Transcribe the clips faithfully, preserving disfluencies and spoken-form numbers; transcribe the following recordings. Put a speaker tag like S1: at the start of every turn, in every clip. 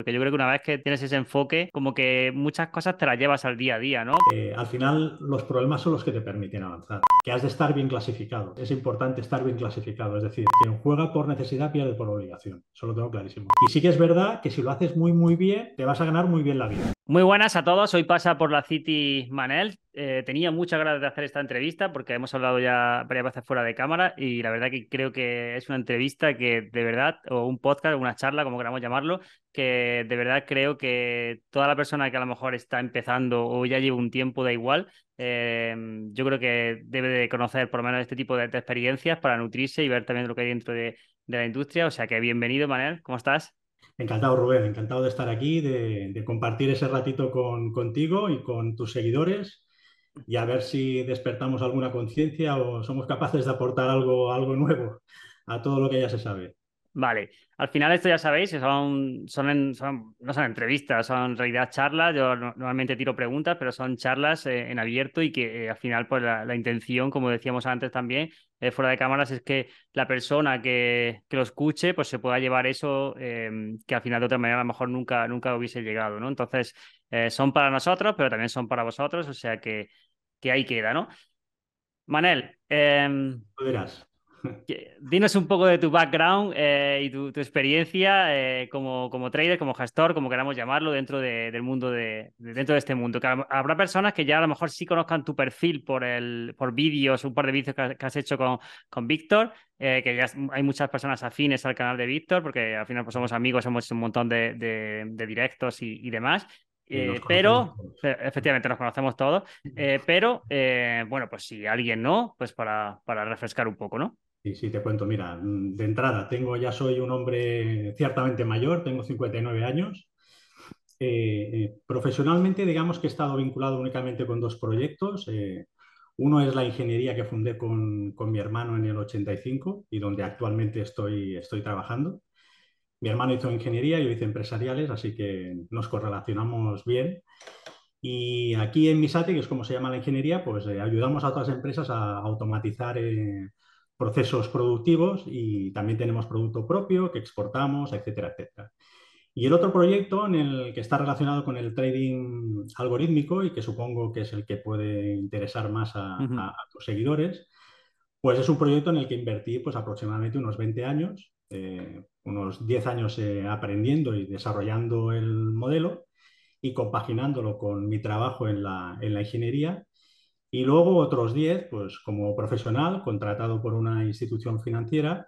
S1: porque yo creo que una vez que tienes ese enfoque, como que muchas cosas te las llevas al día a día, ¿no?
S2: Eh, al final, los problemas son los que te permiten avanzar. Que has de estar bien clasificado. Es importante estar bien clasificado. Es decir, quien juega por necesidad pierde por obligación. Eso lo tengo clarísimo. Y sí que es verdad que si lo haces muy, muy bien, te vas a ganar muy bien la vida.
S1: Muy buenas a todos, hoy pasa por la City Manel. Eh, tenía muchas ganas de hacer esta entrevista porque hemos hablado ya varias veces fuera de cámara y la verdad que creo que es una entrevista que de verdad, o un podcast, o una charla, como queramos llamarlo, que de verdad creo que toda la persona que a lo mejor está empezando o ya lleva un tiempo, da igual, eh, yo creo que debe de conocer por lo menos este tipo de, de experiencias para nutrirse y ver también lo que hay dentro de, de la industria. O sea que bienvenido, Manel, ¿cómo estás?
S2: Encantado, Rubén. Encantado de estar aquí, de, de compartir ese ratito con, contigo y con tus seguidores y a ver si despertamos alguna conciencia o somos capaces de aportar algo, algo nuevo a todo lo que ya se sabe.
S1: Vale, al final esto ya sabéis, son, son, en- son- no son entrevistas, son en realidad charlas. Yo no- normalmente tiro preguntas, pero son charlas eh, en abierto y que eh, al final pues la, la intención, como decíamos antes también, eh, fuera de cámaras, es que la persona que, que lo escuche pues se pueda llevar eso eh, que al final de otra manera a lo mejor nunca, nunca hubiese llegado, ¿no? Entonces, eh, son para nosotros, pero también son para vosotros, o sea que, que ahí queda, ¿no? Manel, em,
S2: Tú dirás.
S1: que- dinos un poco de tu background eh, y tu, tu experiencia eh, como, como trader, como gestor, como queramos llamarlo, dentro de- del mundo de, de- dentro de este mundo. Que hab- habrá personas que ya a lo mejor sí conozcan tu perfil por el, por vídeos, un par de vídeos que, has que has hecho con, con Víctor, eh, que ya es- hay muchas personas afines al canal de Víctor, porque al final pues somos amigos, hemos hecho un montón de, de- de directos y, y demás.
S2: Y nos
S1: Eh,
S2: conocemos
S1: pero,
S2: todos.
S1: eh, efectivamente, nos conocemos todos. Eh, pero, eh, bueno, pues si alguien no, pues para, para refrescar un poco, ¿no?
S2: Y sí, te cuento, mira, mm, de entrada, tengo, ya soy un hombre ciertamente mayor, tengo cincuenta y nueve años. Eh, eh, profesionalmente, digamos que he estado vinculado únicamente con dos proyectos. Eh, uno es la ingeniería que fundé con, con mi hermano en el ochenta y cinco y donde actualmente estoy, estoy trabajando. Mi hermano hizo ingeniería, yo hice empresariales, así que nos correlacionamos bien. Y aquí en Misate, que es como se llama la ingeniería, pues eh, ayudamos a otras empresas a automatizar eh, procesos productivos y también tenemos producto propio que exportamos, etcétera, etcétera. Y el otro proyecto en el que está relacionado con el trading algorítmico y que supongo que es el que puede interesar más a,
S1: Ujú.
S2: a- a tus seguidores, pues es un proyecto en el que invertí pues aproximadamente unos veinte años, eh, unos diez años eh, aprendiendo y desarrollando el modelo y compaginándolo con mi trabajo en la, en la ingeniería. Y luego otros diez pues como profesional, contratado por una institución financiera,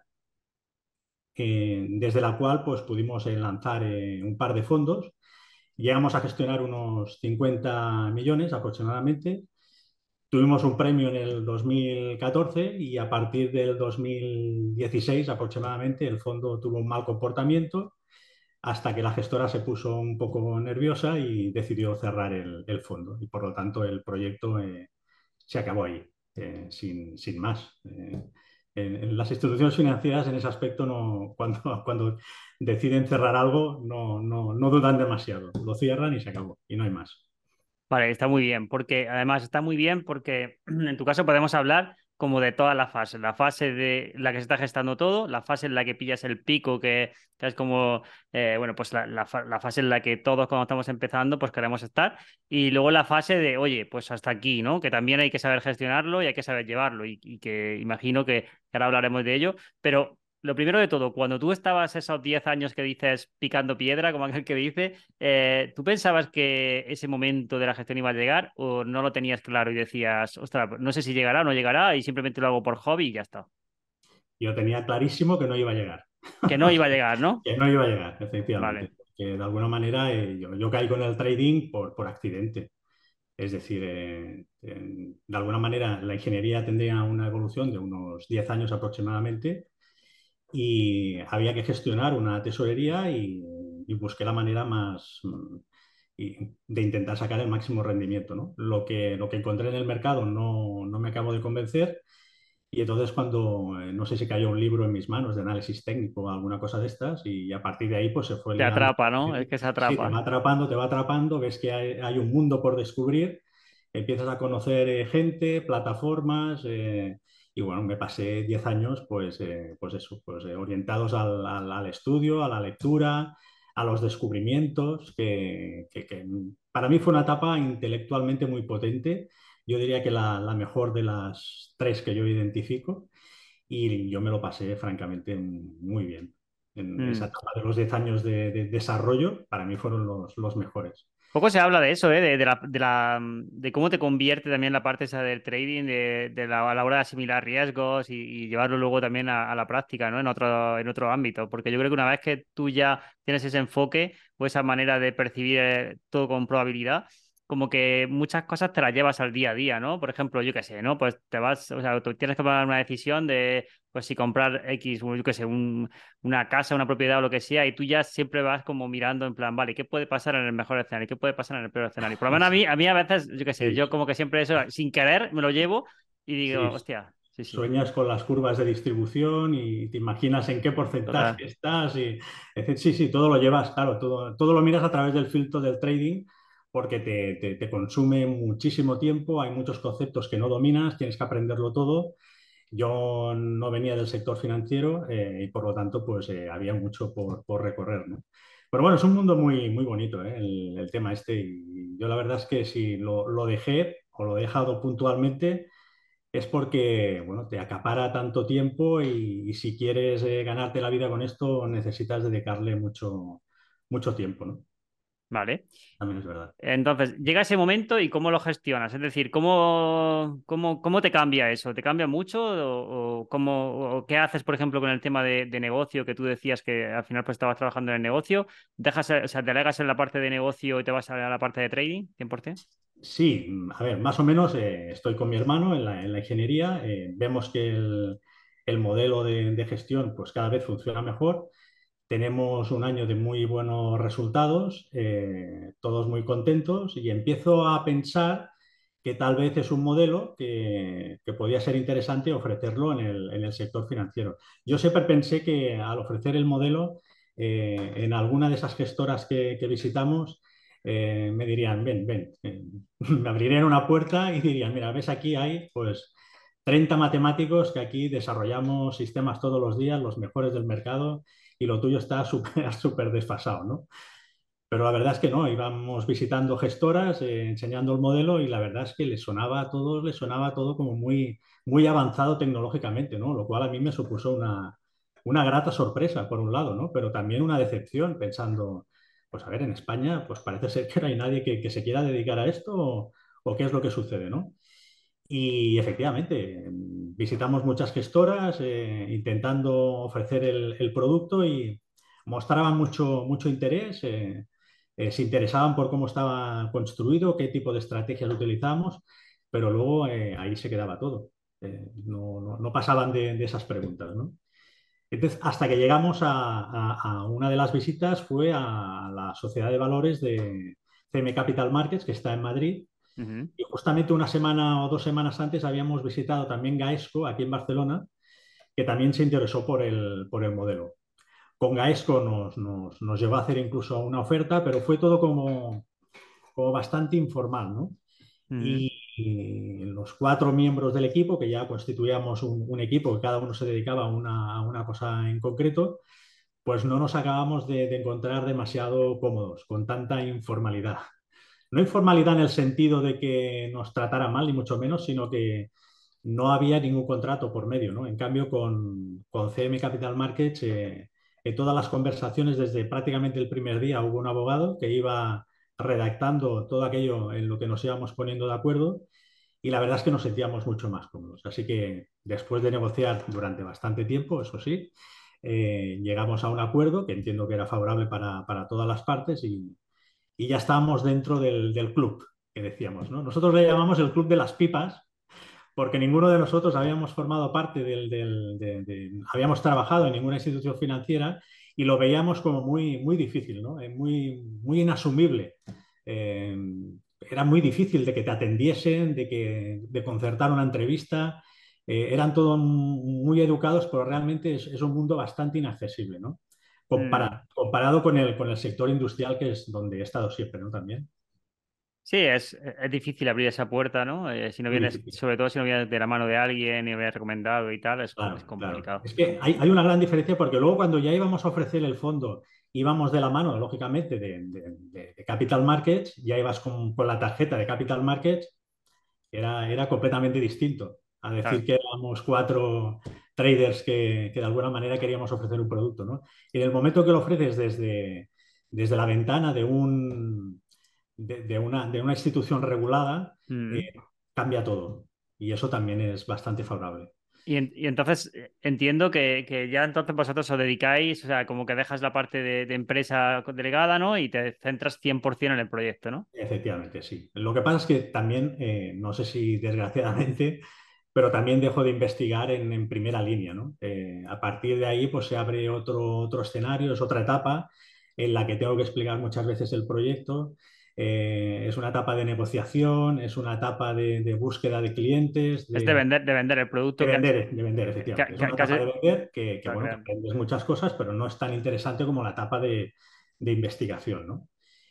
S2: eh, desde la cual pues, pudimos eh, lanzar eh, un par de fondos. Llegamos a gestionar unos cincuenta millones aproximadamente. Tuvimos un premio en el dos mil catorce y a partir del dos mil dieciséis aproximadamente el fondo tuvo un mal comportamiento hasta que la gestora se puso un poco nerviosa y decidió cerrar el, el fondo. Y por lo tanto el proyecto eh, se acabó ahí, eh, sin, sin más. Eh, en, en las instituciones financieras en ese aspecto no, cuando, cuando deciden cerrar algo no, no, no dudan demasiado, lo cierran y se acabó y no hay más.
S1: Vale, está muy bien, porque además está muy bien porque en tu caso podemos hablar como de todas las fases, la fase de la que se está gestando todo, la fase en la que pillas el pico, que, que es como, eh, bueno, pues la, la fa- la fase en la que todos cuando estamos empezando pues queremos estar, y luego la fase de, oye, pues hasta aquí, ¿no? Que también hay que saber gestionarlo y hay que saber llevarlo, y, y que imagino que ahora hablaremos de ello, pero... Lo primero de todo, cuando tú estabas esos diez años que dices picando piedra, como aquel que dice, eh, ¿tú pensabas que ese momento de la gestión iba a llegar o no lo tenías claro y decías, ostras, no sé si llegará o no llegará y simplemente lo hago por hobby y ya está?
S2: Yo tenía clarísimo que no iba a llegar,
S1: Que no iba a llegar, ¿no?
S2: que no iba a llegar,
S1: Vale.
S2: efectivamente, que de alguna manera eh, yo, yo caí con el trading por, por accidente. Es decir, eh, en- de alguna manera la ingeniería tendría una evolución de unos diez años aproximadamente y había que gestionar una tesorería y, y busqué la manera más mm, y- de intentar sacar el máximo rendimiento, ¿no? Lo que, lo que encontré en el mercado no, no me acabó de convencer y entonces cuando, eh, no sé si cayó un libro en mis manos de análisis técnico o alguna cosa de estas y a partir de ahí pues se fue
S1: Te
S2: ligando.
S1: atrapa, ¿no? Es que se
S2: Sí, te va
S1: atrapa.
S2: atrapando, te va atrapando, ves que hay, hay un mundo por descubrir, empiezas a conocer eh, gente, plataformas, eh, y bueno, me pasé diez años, pues, eh, pues eso, pues eh, orientados al, al- al estudio, a la lectura, a los descubrimientos, que, que- que para mí fue una etapa intelectualmente muy potente. Yo diría que la, la mejor de las tres que yo identifico y yo me lo pasé francamente muy bien. En esa
S1: Mm.
S2: etapa de los diez años de, de desarrollo, para mí fueron los, los mejores.
S1: Poco se habla de eso, ¿eh? De, de la, de la, mm, de cómo te convierte también la parte esa del trading, de, de la, a la hora de asimilar riesgos y, y llevarlo luego también a, a la práctica, ¿no? En otro, en otro ámbito. Porque yo creo que una vez que tú ya tienes ese enfoque o esa manera de percibir eh, todo con probabilidad, como que muchas cosas te las llevas al día a día, ¿no? Por ejemplo, yo qué sé, ¿no? Pues te vas, o sea, tú tienes que tomar una decisión de, pues si comprar X, o yo qué sé, un una casa, una propiedad o lo que sea, y tú ya siempre vas como mirando en plan, vale, ¿qué puede pasar en el mejor escenario? ¿Qué puede pasar en el peor escenario? Por lo menos a mí, a mí a veces, yo qué sé,
S2: Sí,
S1: yo como que siempre eso, sin querer, me lo llevo y digo,
S2: sí,
S1: hostia, sí, sí,
S2: sueñas con las curvas de distribución y te imaginas en qué
S1: total.
S2: porcentaje estás y es decir, sí, sí, todo lo llevas, claro, todo, todo lo miras a través del filtro del trading porque te, te- te consume muchísimo tiempo, hay muchos conceptos que no dominas, tienes que aprenderlo todo. Yo no venía del sector financiero eh, y por lo tanto pues eh, había mucho por, por recorrer, ¿no? Pero bueno, es un mundo muy, muy bonito, ¿eh? el, el tema este y yo la verdad es que si lo, lo dejé o lo he dejado puntualmente es porque, bueno, te acapara tanto tiempo y, y si quieres eh, ganarte la vida con esto, necesitas dedicarle mucho, mucho tiempo, ¿no?
S1: Vale.
S2: También es verdad.
S1: Entonces, llega ese momento y ¿cómo lo gestionas? Es decir, ¿cómo, cómo, cómo te cambia eso? ¿Te cambia mucho? ¿O, o cómo, o qué haces, por ejemplo, con el tema de, de negocio que tú decías que al final pues estabas trabajando en el negocio? ¿Dejas, o sea, delegas en la parte de negocio y te vas a la parte de trading, cien por ciento?
S2: Sí, a ver, más o menos eh, estoy con mi hermano en la, en la ingeniería. Eh, vemos que el, el modelo de, de gestión pues cada vez funciona mejor. Tenemos un año de muy buenos resultados, eh, todos muy contentos y empiezo a pensar que tal vez es un modelo que, que podría ser interesante ofrecerlo en el, en el sector financiero. Yo siempre pensé que al ofrecer el modelo eh, en alguna de esas gestoras que, que visitamos, eh, me dirían, ven, ven, eh, me abrirían una puerta y dirían, mira, ves aquí hay pues treinta matemáticos que aquí desarrollamos sistemas todos los días, los mejores del mercado, y lo tuyo está súper súper desfasado, ¿no? Pero la verdad es que no, íbamos visitando gestoras, eh, enseñando el modelo y la verdad es que les sonaba a todos, les sonaba todo como muy, muy avanzado tecnológicamente, ¿no? Lo cual a mí me supuso una, una grata sorpresa, por un lado, ¿no? Pero también una decepción pensando, pues a ver, en España, pues parece ser que no hay nadie que, que se quiera dedicar a esto o, o qué es lo que sucede, ¿no? Y efectivamente, visitamos muchas gestoras eh, intentando ofrecer el, el producto y mostraban mucho, mucho interés, eh, eh, se interesaban por cómo estaba construido, qué tipo de estrategias utilizamos, pero luego eh, ahí se quedaba todo. Eh, no, no- no pasaban de, de esas preguntas, ¿no? Entonces, hasta que llegamos a, a- a una de las visitas fue a la Sociedad de Valores de C M Capital Markets, que está en Madrid,
S1: Ujú.
S2: y justamente una semana o dos semanas antes habíamos visitado también Gaesco, aquí en Barcelona, que también se interesó por el, por el modelo. Con Gaesco nos, nos, nos llevó a hacer incluso una oferta, pero fue todo como, como bastante informal, ¿no?
S1: Ujú.
S2: Y, y los cuatro miembros del equipo, que ya constituíamos un, un equipo que cada uno se dedicaba a una, a una cosa en concreto, pues no nos acabamos de, de encontrar demasiado cómodos con tanta informalidad. No informalidad en el sentido de que nos tratara mal, ni mucho menos, sino que no había ningún contrato por medio, ¿no? En cambio, con, con C M Capital Markets, eh, en todas las conversaciones, desde prácticamente el primer día, hubo un abogado que iba redactando todo aquello en lo que nos íbamos poniendo de acuerdo y la verdad es que nos sentíamos mucho más cómodos. Así que después de negociar durante bastante tiempo, eso sí, eh, llegamos a un acuerdo que entiendo que era favorable para, para todas las partes y, y ya estábamos dentro del, del club que decíamos, ¿no? Nosotros le llamamos el club de las pipas porque ninguno de nosotros habíamos formado parte del, del de, de, habíamos trabajado en ninguna institución financiera y lo veíamos como muy, muy difícil, ¿no? Eh, muy, muy inasumible. Eh, Era muy difícil de que te atendiesen, de, que, de concertar una entrevista. Eh, eran todos muy educados, pero realmente es, es un mundo bastante inaccesible, ¿no?
S1: Mm.
S2: Compara, comparado con el, con el sector industrial, que es donde he estado siempre, ¿no? También.
S1: Sí, es, es difícil abrir esa puerta, ¿no? Eh, si no
S2: Muy
S1: vienes,
S2: difícil.
S1: sobre todo si no vienes de la mano de alguien y lo vienes recomendado y tal, es, es
S2: Claro, claro.
S1: complicado.
S2: Es que hay, hay una gran diferencia porque luego cuando ya íbamos a ofrecer el fondo íbamos de la mano, lógicamente, de, de- de- de Capital Markets, ya ibas con, con la tarjeta de Capital Markets, era, era completamente distinto a decir
S1: Claro.
S2: que éramos cuatro traders que, que de alguna manera queríamos ofrecer un producto, ¿no? Y en el momento que lo ofreces desde, desde la ventana de, un, de, de una, de una institución regulada, eh,
S1: Mm.
S2: cambia todo. Y eso también es bastante favorable.
S1: Y, en- y entonces eh, entiendo que, que ya entonces vosotros os dedicáis, o sea, como que dejas la parte de, de empresa delegada, ¿no? Y te centras cien por ciento en el proyecto, ¿no?
S2: Efectivamente, sí. Lo que pasa es que también, eh, no sé si desgraciadamente, pero también dejo de investigar en, en primera línea, ¿no? Eh, a partir de ahí, pues se abre otro, otro escenario, es otra etapa en la que tengo que explicar muchas veces el proyecto. Eh, es una etapa de negociación, es una etapa de, de búsqueda de clientes,
S1: Es de
S2: de,
S1: vender, de vender el
S2: de
S1: producto que has,
S2: vender, de vender,
S1: que,
S2: efectivamente.
S1: que-
S2: Es una
S1: que has-
S2: etapa de vender que, que,
S1: claro,
S2: bueno, que
S1: claro.
S2: aprendes muchas cosas, pero no es tan interesante como la etapa de, de investigación, ¿no?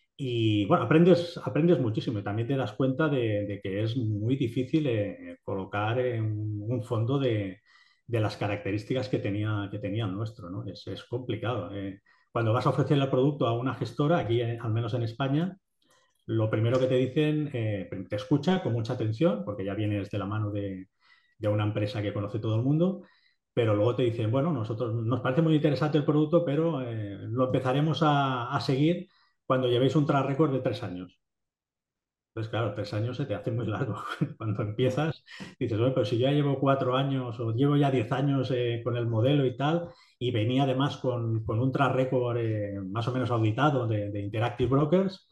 S2: Y bueno, aprendes, aprendes muchísimo y también te das cuenta de, de que es muy difícil eh, colocar en un fondo de, de las características que tenía, que tenía el nuestro, ¿no? Es, es complicado. eh. Cuando vas a ofrecer el producto a una gestora, aquí eh, al menos en España, lo primero que te dicen, eh, te escucha con mucha atención, porque ya vienes de la mano de, de una empresa que conoce todo el mundo, pero luego te dicen, bueno, nosotros nos parece muy interesante el producto, pero eh, lo empezaremos a, a seguir cuando llevéis un track record de tres años. Entonces, claro, tres años se te hace muy largo. Cuando empiezas, dices, bueno, pero si yo ya llevo cuatro años o llevo ya diez años eh, con el modelo y tal, y venía además con, con un track record eh, más o menos auditado de, de Interactive Brokers,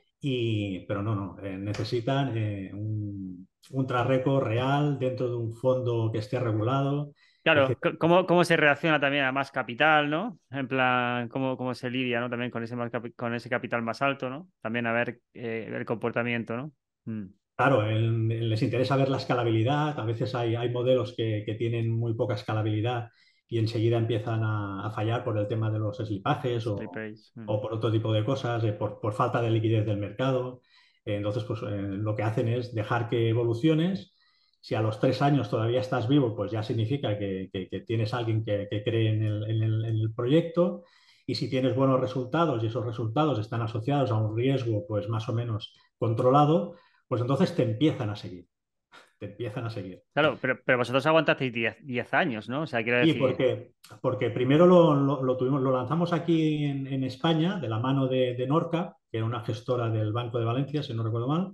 S2: y, pero no, no, eh, necesitan eh, un, un track record real dentro de un fondo que esté regulado,
S1: Claro,
S2: etcétera.
S1: c- ¿cómo, cómo se reacciona también a más capital, ¿no? En plan, cómo, cómo se lidia, ¿no? También con ese, más capi- con ese capital más alto, ¿no? También a ver eh, el comportamiento, ¿no? Mm.
S2: Claro, en- les interesa ver la escalabilidad. A veces hay, hay modelos que, que tienen muy poca escalabilidad y enseguida empiezan a, a fallar por el tema de los slipajes
S1: Sleep
S2: o,
S1: race. Mm.
S2: o por otro tipo de cosas, eh, por, por falta de liquidez del mercado. Eh, entonces, pues eh, lo que hacen es dejar que evoluciones. Si a los tres años todavía estás vivo, pues ya significa que, que- que tienes alguien que, que cree en el, en el- en el proyecto. Y si tienes buenos resultados y esos resultados están asociados a un riesgo, pues más o menos controlado, pues entonces te empiezan a seguir, te empiezan a seguir.
S1: Claro, pero, pero vosotros aguantasteis diez diez años, ¿no? O sea, quiero
S2: Y
S1: decir,
S2: porque, porque primero lo, lo- lo tuvimos, lo lanzamos aquí en, en España de la mano de, de Norca, que era una gestora del Banco de Valencia, si no recuerdo mal,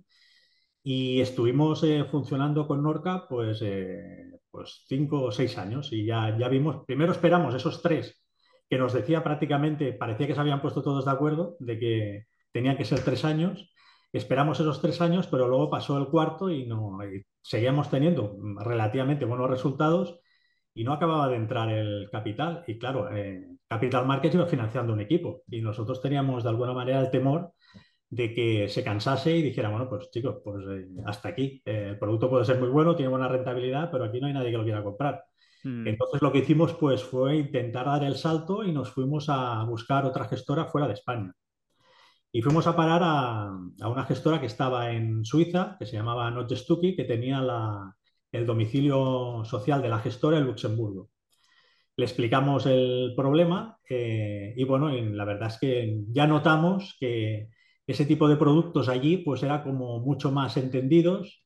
S2: y estuvimos eh, funcionando con Norca pues, eh, pues cinco o seis años y ya, ya vimos, primero esperamos esos tres que nos decía prácticamente, parecía que se habían puesto todos de acuerdo de que tenían que ser tres años, esperamos esos tres años, pero luego pasó el cuarto y, no, y seguíamos teniendo relativamente buenos resultados y no acababa de entrar el capital. Y claro, eh, Capital Markets iba financiando un equipo y nosotros teníamos de alguna manera el temor de que se cansase y dijera, bueno, pues chicos, pues eh, hasta aquí. Eh, el producto puede ser muy bueno, tiene buena rentabilidad, pero aquí no hay nadie que lo quiera comprar.
S1: mm,
S2: Entonces lo que hicimos pues fue intentar dar el salto y nos fuimos a buscar otra gestora fuera de España. Y fuimos a parar a, a una gestora que estaba en Suiza, que se llamaba Noche Stucky, que tenía la, el domicilio social de la gestora en Luxemburgo. Le explicamos el problema eh, y bueno, y la verdad es que ya notamos que ese tipo de productos allí pues era como mucho más entendidos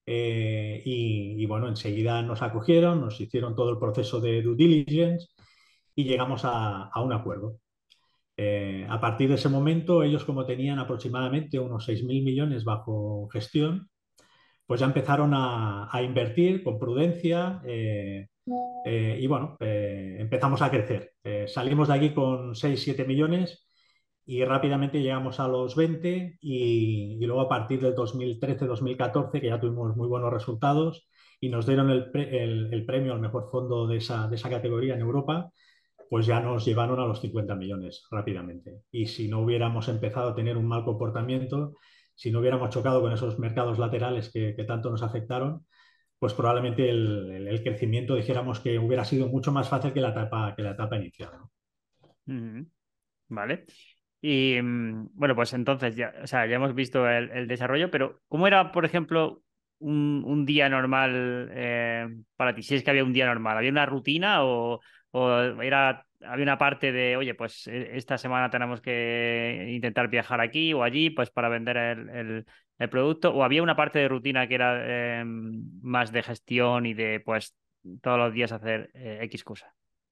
S2: eh, y, y, bueno, enseguida nos acogieron, nos hicieron todo el proceso de due diligence y llegamos a, a un acuerdo. Eh, a partir de ese momento, ellos como tenían aproximadamente unos seis mil millones bajo gestión, pues ya empezaron a, a invertir con prudencia. Eh, eh, y bueno, eh, empezamos a crecer. Eh, salimos de aquí con seis siete millones y rápidamente llegamos a los veinte y, y luego a partir del dos mil trece-dos mil catorce, que ya tuvimos muy buenos resultados y nos dieron el, pre- el- el premio al mejor fondo de esa, de esa categoría en Europa, pues ya nos llevaron a los cincuenta millones rápidamente. Y si no hubiéramos empezado a tener un mal comportamiento, si no hubiéramos chocado con esos mercados laterales que, que tanto nos afectaron, pues probablemente el, el- el crecimiento dijéramos que hubiera sido mucho más fácil que la etapa, que la etapa inicial, ¿no?
S1: mm, vale. Y mm, bueno, pues entonces ya, o sea, ya hemos visto el, el desarrollo, pero ¿cómo era, por ejemplo, un, un día normal eh, para ti? Si es que había un día normal, ¿había una rutina o, o era había una parte de, oye, pues e- esta semana tenemos que intentar viajar aquí o allí, pues para vender el, el- el producto, o había una parte de rutina que era eh, más de gestión y de, pues, todos los días hacer eh, X cosa.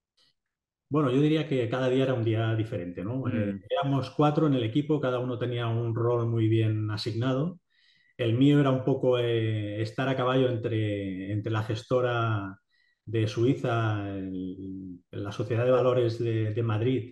S2: Bueno, yo diría que cada día era un día diferente, ¿no? Eh,
S1: Mm,
S2: éramos cuatro en el equipo, cada uno tenía un rol muy bien asignado. El mío era un poco eh, estar a caballo entre, entre la gestora de Suiza, el- la Sociedad de Valores de, de Madrid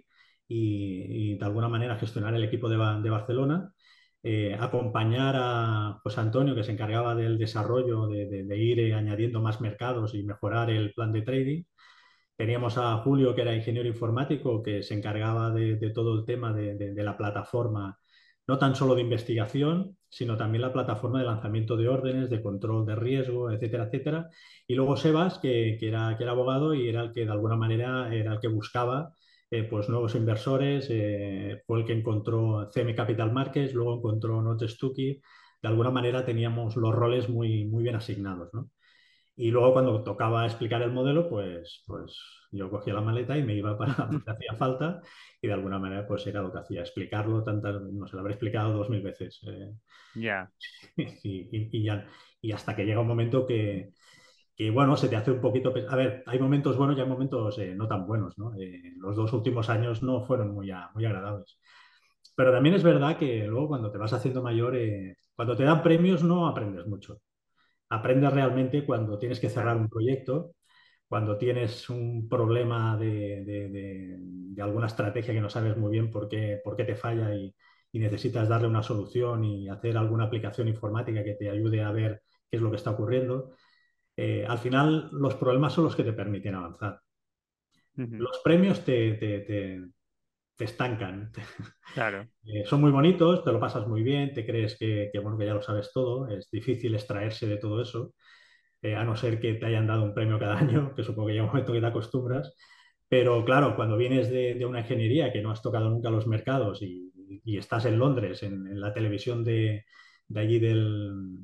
S2: y, y de alguna manera gestionar el equipo de, Ba- de Barcelona, eh, acompañar a José Antonio, que se encargaba del desarrollo, de, de- de ir eh, añadiendo más mercados y mejorar el plan de trading. Teníamos a Julio, que era ingeniero informático, que se encargaba de, de todo el tema de, de- de la plataforma, no tan solo de investigación, sino también la plataforma de lanzamiento de órdenes, de control de riesgo, etcétera, etcétera. Y luego Sebas, que, que era, que era abogado y era el que de alguna manera era el que buscaba eh, pues nuevos inversores, eh, fue el que encontró C M Capital Markets, luego encontró Notes Stucky. De alguna manera teníamos los roles muy, muy bien asignados, ¿no? Y luego cuando tocaba explicar el modelo, pues, pues yo cogía la maleta y me iba para donde hacía falta y de alguna manera pues era lo que hacía, explicarlo tantas, no sé, lo habré explicado dos mil veces. eh,
S1: ya,
S2: y, y- y ya, y hasta que llega un momento que, que, bueno, se te hace un poquito... pe- A ver, hay momentos buenos y hay momentos eh, no tan buenos, ¿no? Eh, los dos últimos años no fueron muy, a- muy agradables. Pero también es verdad que luego cuando te vas haciendo mayor, eh, cuando te dan premios no aprendes mucho. Aprendes realmente cuando tienes que cerrar
S1: claro,
S2: un proyecto, cuando tienes un problema de, de- de- de alguna estrategia que no sabes muy bien por qué, por qué te falla y, y necesitas darle una solución y hacer alguna aplicación informática que te ayude a ver qué es lo que está ocurriendo. Eh, al final, los problemas son los que te permiten avanzar.
S1: ujú,
S2: Los premios te, te- te- te estancan.
S1: claro,
S2: Eh, son muy bonitos, te lo pasas muy bien, te crees que, que, bueno, que ya lo sabes todo, es difícil extraerse de todo eso, eh, a no ser que te hayan dado un premio cada año, que supongo que llega un momento que te acostumbras. Pero claro, cuando vienes de, de una ingeniería que no has tocado nunca los mercados y, y estás en Londres, en, en la televisión de, de allí del,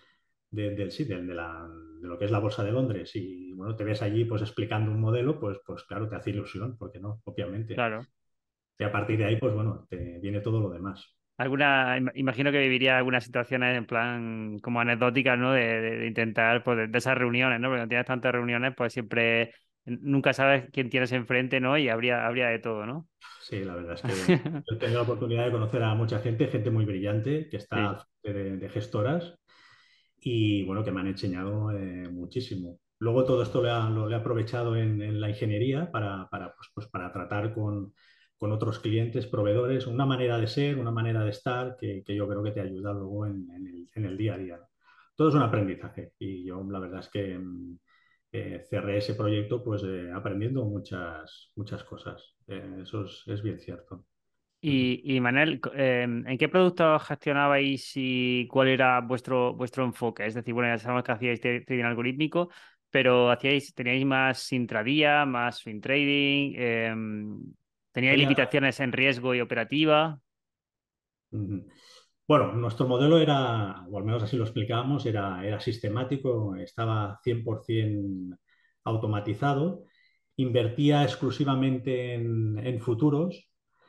S2: de, del, sí, del- de, la- de lo que es la Bolsa de Londres, y bueno, te ves allí pues explicando un modelo, pues, pues claro, te hace ilusión, porque no, obviamente.
S1: claro.
S2: Y a partir de ahí, pues bueno, te viene todo lo demás.
S1: Alguna, im- imagino que viviría algunas situaciones en plan como anecdóticas, ¿no? De, de- de intentar, pues, de, de esas reuniones, ¿no? Porque cuando tienes tantas reuniones, pues siempre nunca sabes quién tienes enfrente, ¿no? Y habría, habría de todo, ¿no?
S2: Sí, la verdad es que yo he tenido la oportunidad de conocer a mucha gente, gente muy brillante, que está
S1: Sí.
S2: al frente de, de gestoras y bueno, que me han enseñado eh, muchísimo. Luego todo esto le, ha- lo, le he aprovechado en, en la ingeniería para, para, pues, pues para tratar con, con otros clientes, proveedores, una manera de ser, una manera de estar que, que yo creo que te ayuda luego en, en el, en el día a día, ¿no? Todo es un aprendizaje y yo la verdad es que mm, eh, cerré ese proyecto pues eh, aprendiendo muchas, muchas cosas. Eh, eso es, es bien cierto. Ujú.
S1: Y, y Manel, co- eh, ¿en qué productos gestionabais y cuál era vuestro, vuestro enfoque? Es decir, bueno, ya sabemos que hacíais tra- trading algorítmico, pero hacíais, teníais más intradía, más swing trading, em, teníais
S2: Había,
S1: limitaciones en riesgo y operativa.
S2: ujú. Bueno, nuestro modelo era, o al menos así lo explicábamos, era, era sistemático, estaba cien por ciento automatizado, invertía exclusivamente en, en futuros.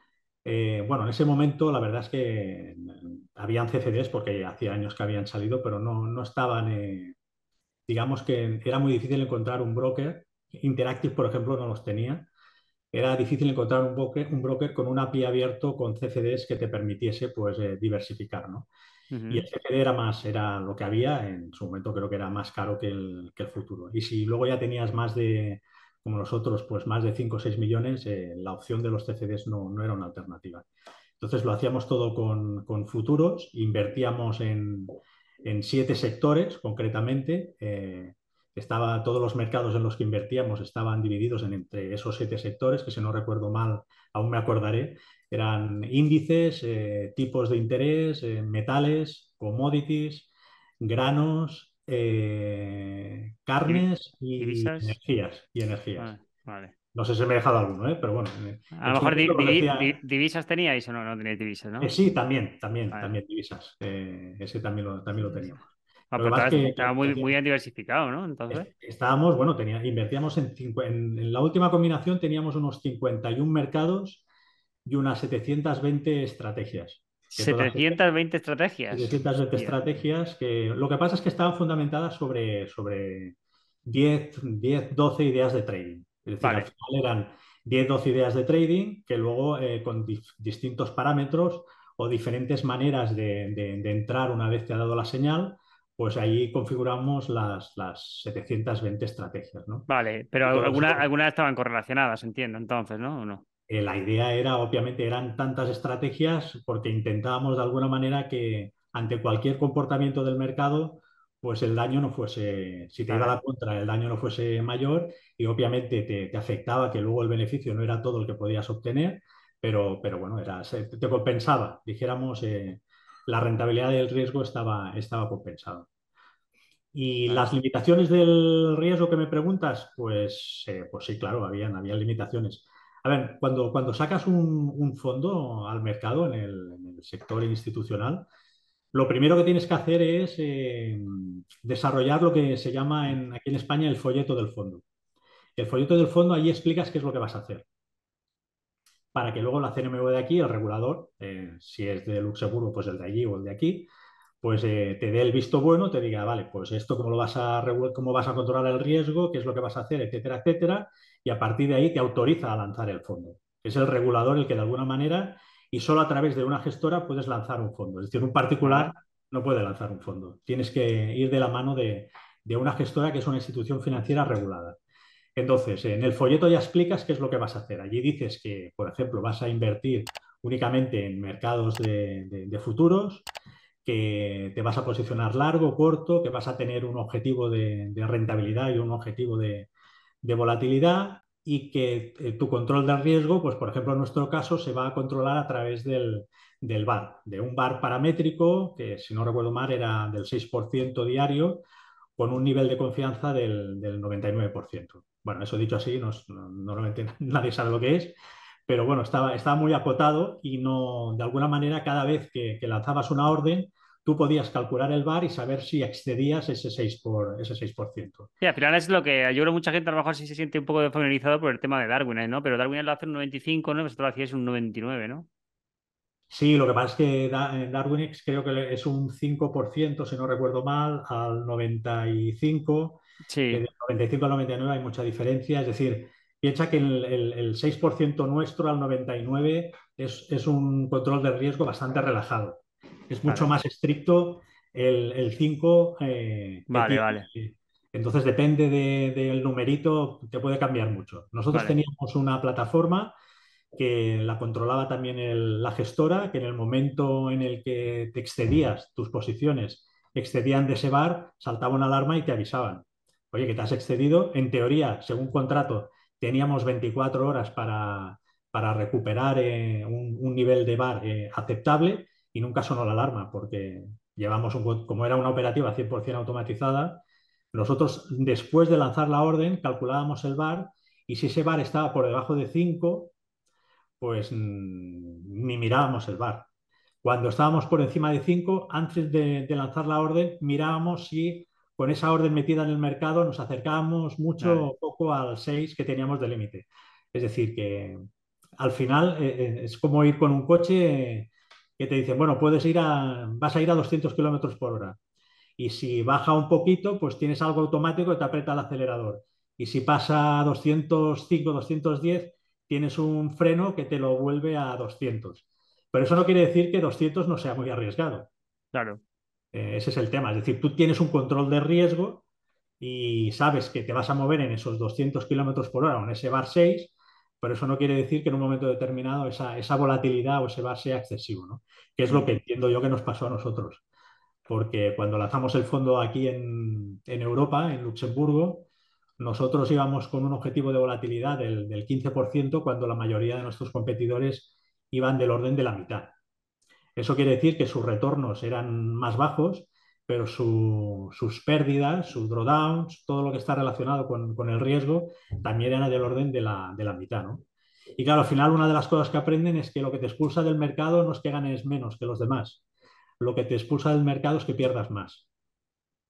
S2: Eh, bueno, en ese momento la verdad es que mm, habían C F Ds porque hacía años que habían salido, pero no, no estaban, eh, digamos que era muy difícil encontrar un broker. Interactive, por ejemplo, no los tenía. Era difícil encontrar un broker, un broker con un A P I abierto con C F Ds que te permitiese pues, eh, diversificar, ¿no? Y el
S1: Ujú,
S2: C F D era más, era lo que había, en su momento creo que era más caro que el, que el futuro. Y si luego ya tenías más de, como nosotros, pues más de cinco o seis millones, eh, la opción de los C F Ds no, no era una alternativa. Entonces lo hacíamos todo con, con futuros, invertíamos en, en siete sectores concretamente. Eh, estaba, todos los mercados en los que invertíamos estaban divididos en entre esos siete sectores, que si no recuerdo mal, aún me acordaré. Eran índices, eh, tipos de interés, eh, metales, commodities, granos, eh,
S1: divi-
S2: carnes y
S1: ¿Divisas?
S2: energías. Y energías.
S1: Ah, vale.
S2: No sé si me he dejado alguno, ¿eh? Pero bueno, eh,
S1: A lo
S2: en su
S1: mejor
S2: momento
S1: di-
S2: os
S1: divi- di-
S2: decía,
S1: divisas teníais o no, no teníais divisas,
S2: eh,
S1: ¿no?
S2: sí, también, también,
S1: Vale.
S2: también divisas. Eh, ese también lo, también lo
S1: Sí, sí.
S2: teníamos.
S1: Ah,
S2: Lo que
S1: pero
S2: pasa
S1: estaba,
S2: es que,
S1: estaba
S2: que
S1: muy, muy
S2: hacía-
S1: bien diversificado, ¿no? Entonces,
S2: est- estábamos, bueno, tenía, invertíamos en, cincu- en, en la última combinación teníamos unos cincuenta y uno mercados y unas setecientas veinte estrategias, que todas
S1: setecientas veinte estrategias.
S2: setecientas veinte
S1: Hostia.
S2: estrategias que lo que pasa es que estaban fundamentadas sobre, sobre diez diez doce ideas de trading. Es decir, al
S1: Vale,
S2: final eran diez doce ideas de trading que luego eh, con dif- distintos parámetros o diferentes maneras de, de- de entrar una vez que ha dado la señal, pues ahí configuramos las, las setecientas veinte estrategias, ¿no?
S1: vale. Pero
S2: Y
S1: al-
S2: todo
S1: algunas
S2: eso
S1: algunas estaban correlacionadas, entiendo, entonces, ¿no? ¿O no?
S2: eh, la idea era, obviamente, eran tantas estrategias porque intentábamos de alguna manera que ante cualquier comportamiento del mercado, pues el daño no fuese, si te iba a
S1: Vale.
S2: la contra, el daño no fuese mayor y obviamente te, te afectaba que luego el beneficio no era todo el que podías obtener, pero, pero bueno, era, se- te compensaba, dijéramos, eh, la rentabilidad del riesgo estaba, estaba compensada. Y
S1: Vale.
S2: las limitaciones del riesgo que me preguntas, pues, eh, pues sí, claro, habían, habían limitaciones. A ver, cuando, cuando sacas un, un fondo al mercado en el, en el sector institucional, lo primero que tienes que hacer es eh, desarrollar lo que se llama en- aquí en España el folleto del fondo. El folleto del fondo, allí explicas qué es lo que vas a hacer, para que luego la C N M V de aquí, el regulador, eh, si es de Luxemburgo, pues el de allí o el de aquí, pues eh, te dé el visto bueno, te diga, vale, pues esto cómo lo vas a regu- cómo vas a controlar el riesgo, qué es lo que vas a hacer, etcétera, etcétera, y a partir de ahí te autoriza a lanzar el fondo. Es el regulador el que de alguna manera y solo a través de una gestora puedes lanzar un fondo. Es decir, un particular
S1: Vale.
S2: no puede lanzar un fondo. Tienes que ir de la mano de, de una gestora que es una institución financiera regulada. Entonces, en el folleto ya explicas qué es lo que vas a hacer. Allí dices que, por ejemplo, vas a invertir únicamente en mercados de, de- de futuros, que te vas a posicionar largo, corto, que vas a tener un objetivo de, de rentabilidad y un objetivo de, de volatilidad y que eh, tu control del riesgo, pues por ejemplo en nuestro caso, se va a controlar a través del, del V A R, de un V A R paramétrico que si no recuerdo mal era del seis por ciento diario con un nivel de confianza del, del noventa y nueve por ciento. Bueno, eso dicho así, no, no, normalmente nadie sabe lo que es, pero bueno, estaba, estaba muy acotado y no, de alguna manera, cada vez que, que lanzabas una orden, tú podías calcular el V A R y saber si excedías ese seis por, ese seis por ciento.
S1: Sí, al final es lo que yo creo que mucha gente a lo mejor sí se siente un poco familiarizado por el tema de Darwin, ¿no? Pero Darwin lo hace un noventa y cinco, ¿no? Vosotros lo hacíais un noventa y nueve, ¿no?
S2: Sí, lo que pasa es que Da- en Darwinix creo que es un cinco por ciento, si no recuerdo mal, al noventa y cinco. Eh,
S1: Sí,
S2: del noventa y cinco al noventa y nueve hay mucha diferencia. Es decir, piensa que el, el- el seis por ciento nuestro al noventa y nueve es, es un control de riesgo bastante relajado. Es mucho
S1: vale,
S2: más estricto el, el cinco eh, que
S1: vale,
S2: tiene.
S1: vale,
S2: Entonces, depende de- del numerito, te puede cambiar mucho. Nosotros
S1: vale,
S2: teníamos una plataforma que la controlaba también el- la gestora, que en el momento en el que te excedías, tus posiciones excedían de ese V A R, saltaba una alarma y te avisaban. Oye, que te has excedido. En teoría, según contrato, teníamos veinticuatro horas para, para recuperar eh, un, un nivel de V A R eh, aceptable y nunca sonó la alarma porque llevamos un, como era una operativa cien por ciento automatizada, nosotros después de lanzar la orden calculábamos el V A R y si ese V A R estaba por debajo de cinco pues mm, ni mirábamos el V A R. Cuando estábamos por encima de cinco, antes de, de lanzar la orden, mirábamos si con esa orden metida en el mercado nos acercábamos mucho
S1: vale.
S2: o poco al seis que teníamos de límite. Es decir, que al final eh, eh, es como ir con un coche eh, que te dicen, bueno, puedes ir a, vas a ir a doscientos kilómetros por hora. Y si baja un poquito, pues tienes algo automático que te aprieta el acelerador. Y si pasa a doscientos cinco, doscientos diez, tienes un freno que te lo vuelve a doscientos. Pero eso no quiere decir que doscientos no sea muy arriesgado.
S1: Claro,
S2: Eh, ese es el tema. Es decir, tú tienes un control de riesgo y sabes que te vas a mover en esos doscientos kilómetros por hora o en ese bar seis, pero eso no quiere decir que en un momento determinado esa, esa volatilidad o ese bar sea excesivo, ¿no? Que es lo
S1: mm,
S2: que entiendo yo que nos pasó a nosotros porque cuando lanzamos el fondo aquí en, en Europa, en Luxemburgo, nosotros íbamos con un objetivo de volatilidad del, del quince por ciento cuando la mayoría de nuestros competidores iban del orden de la mitad. Eso quiere decir que sus retornos eran más bajos, pero su- sus pérdidas, sus drawdowns, todo lo que está relacionado con, con el riesgo, también era del orden de la, de la mitad, ¿no? Y claro, al final una de las cosas que aprenden es que lo que te expulsa del mercado no es que ganes menos que los demás, lo que te expulsa del mercado es que pierdas más.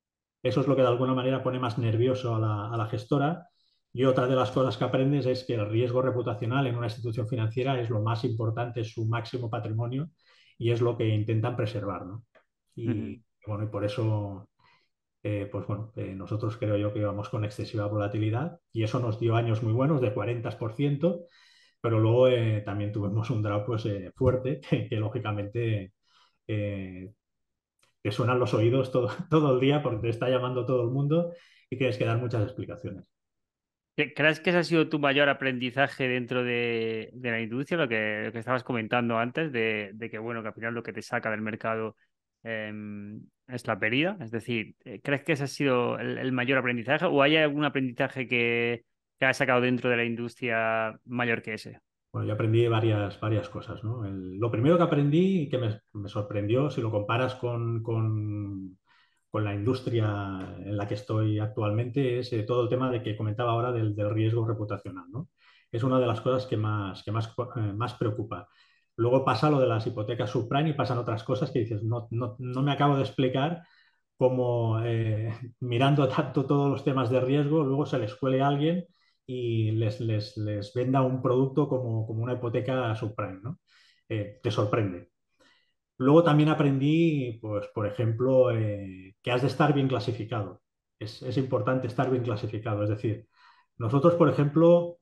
S2: Eso es lo que de alguna manera pone más nervioso a la, a la gestora. Y otra de las cosas que aprendes es que el riesgo reputacional en una institución financiera es lo más importante, es su máximo patrimonio y es lo que intentan preservar, ¿no?
S1: Ujú.
S2: Y bueno, y por eso, eh, pues bueno, eh, nosotros creo yo que íbamos con excesiva volatilidad y eso nos dio años muy buenos de cuarenta por ciento, pero luego eh, también tuvimos un drop pues, eh, fuerte que, que lógicamente eh, te suenan los oídos todo, todo el día porque te está llamando todo el mundo y tienes que dar muchas explicaciones.
S1: ¿Cre- ¿Crees que ese ha sido tu mayor aprendizaje dentro de, de la industria, lo que, lo que estabas comentando antes, de, de que bueno, que al final lo que te saca del mercado em, es la pérdida? Es decir, eh, ¿crees que ese ha sido el, el mayor aprendizaje o hay algún aprendizaje que, que has sacado dentro de la industria mayor que ese?
S2: Bueno, yo aprendí varias, varias cosas, ¿no? El- lo primero que aprendí y que me, me sorprendió, si lo comparas con, con- con la industria en la que estoy actualmente, es eh, todo el tema de que comentaba ahora del, del riesgo reputacional, ¿no? Es una de las cosas que más, que más, eh, más preocupa. Luego pasa lo de las hipotecas subprime y pasan otras cosas que dices, no, no, no me acabo de explicar cómo eh, mirando tanto todos los temas de riesgo, luego se les cuele a alguien y les, les, les venda un producto como, como una hipoteca subprime, ¿no? Eh, te sorprende. Luego también aprendí, pues, por ejemplo, eh, que has de estar bien clasificado. Es, es importante estar bien clasificado. Es decir, nosotros, por ejemplo,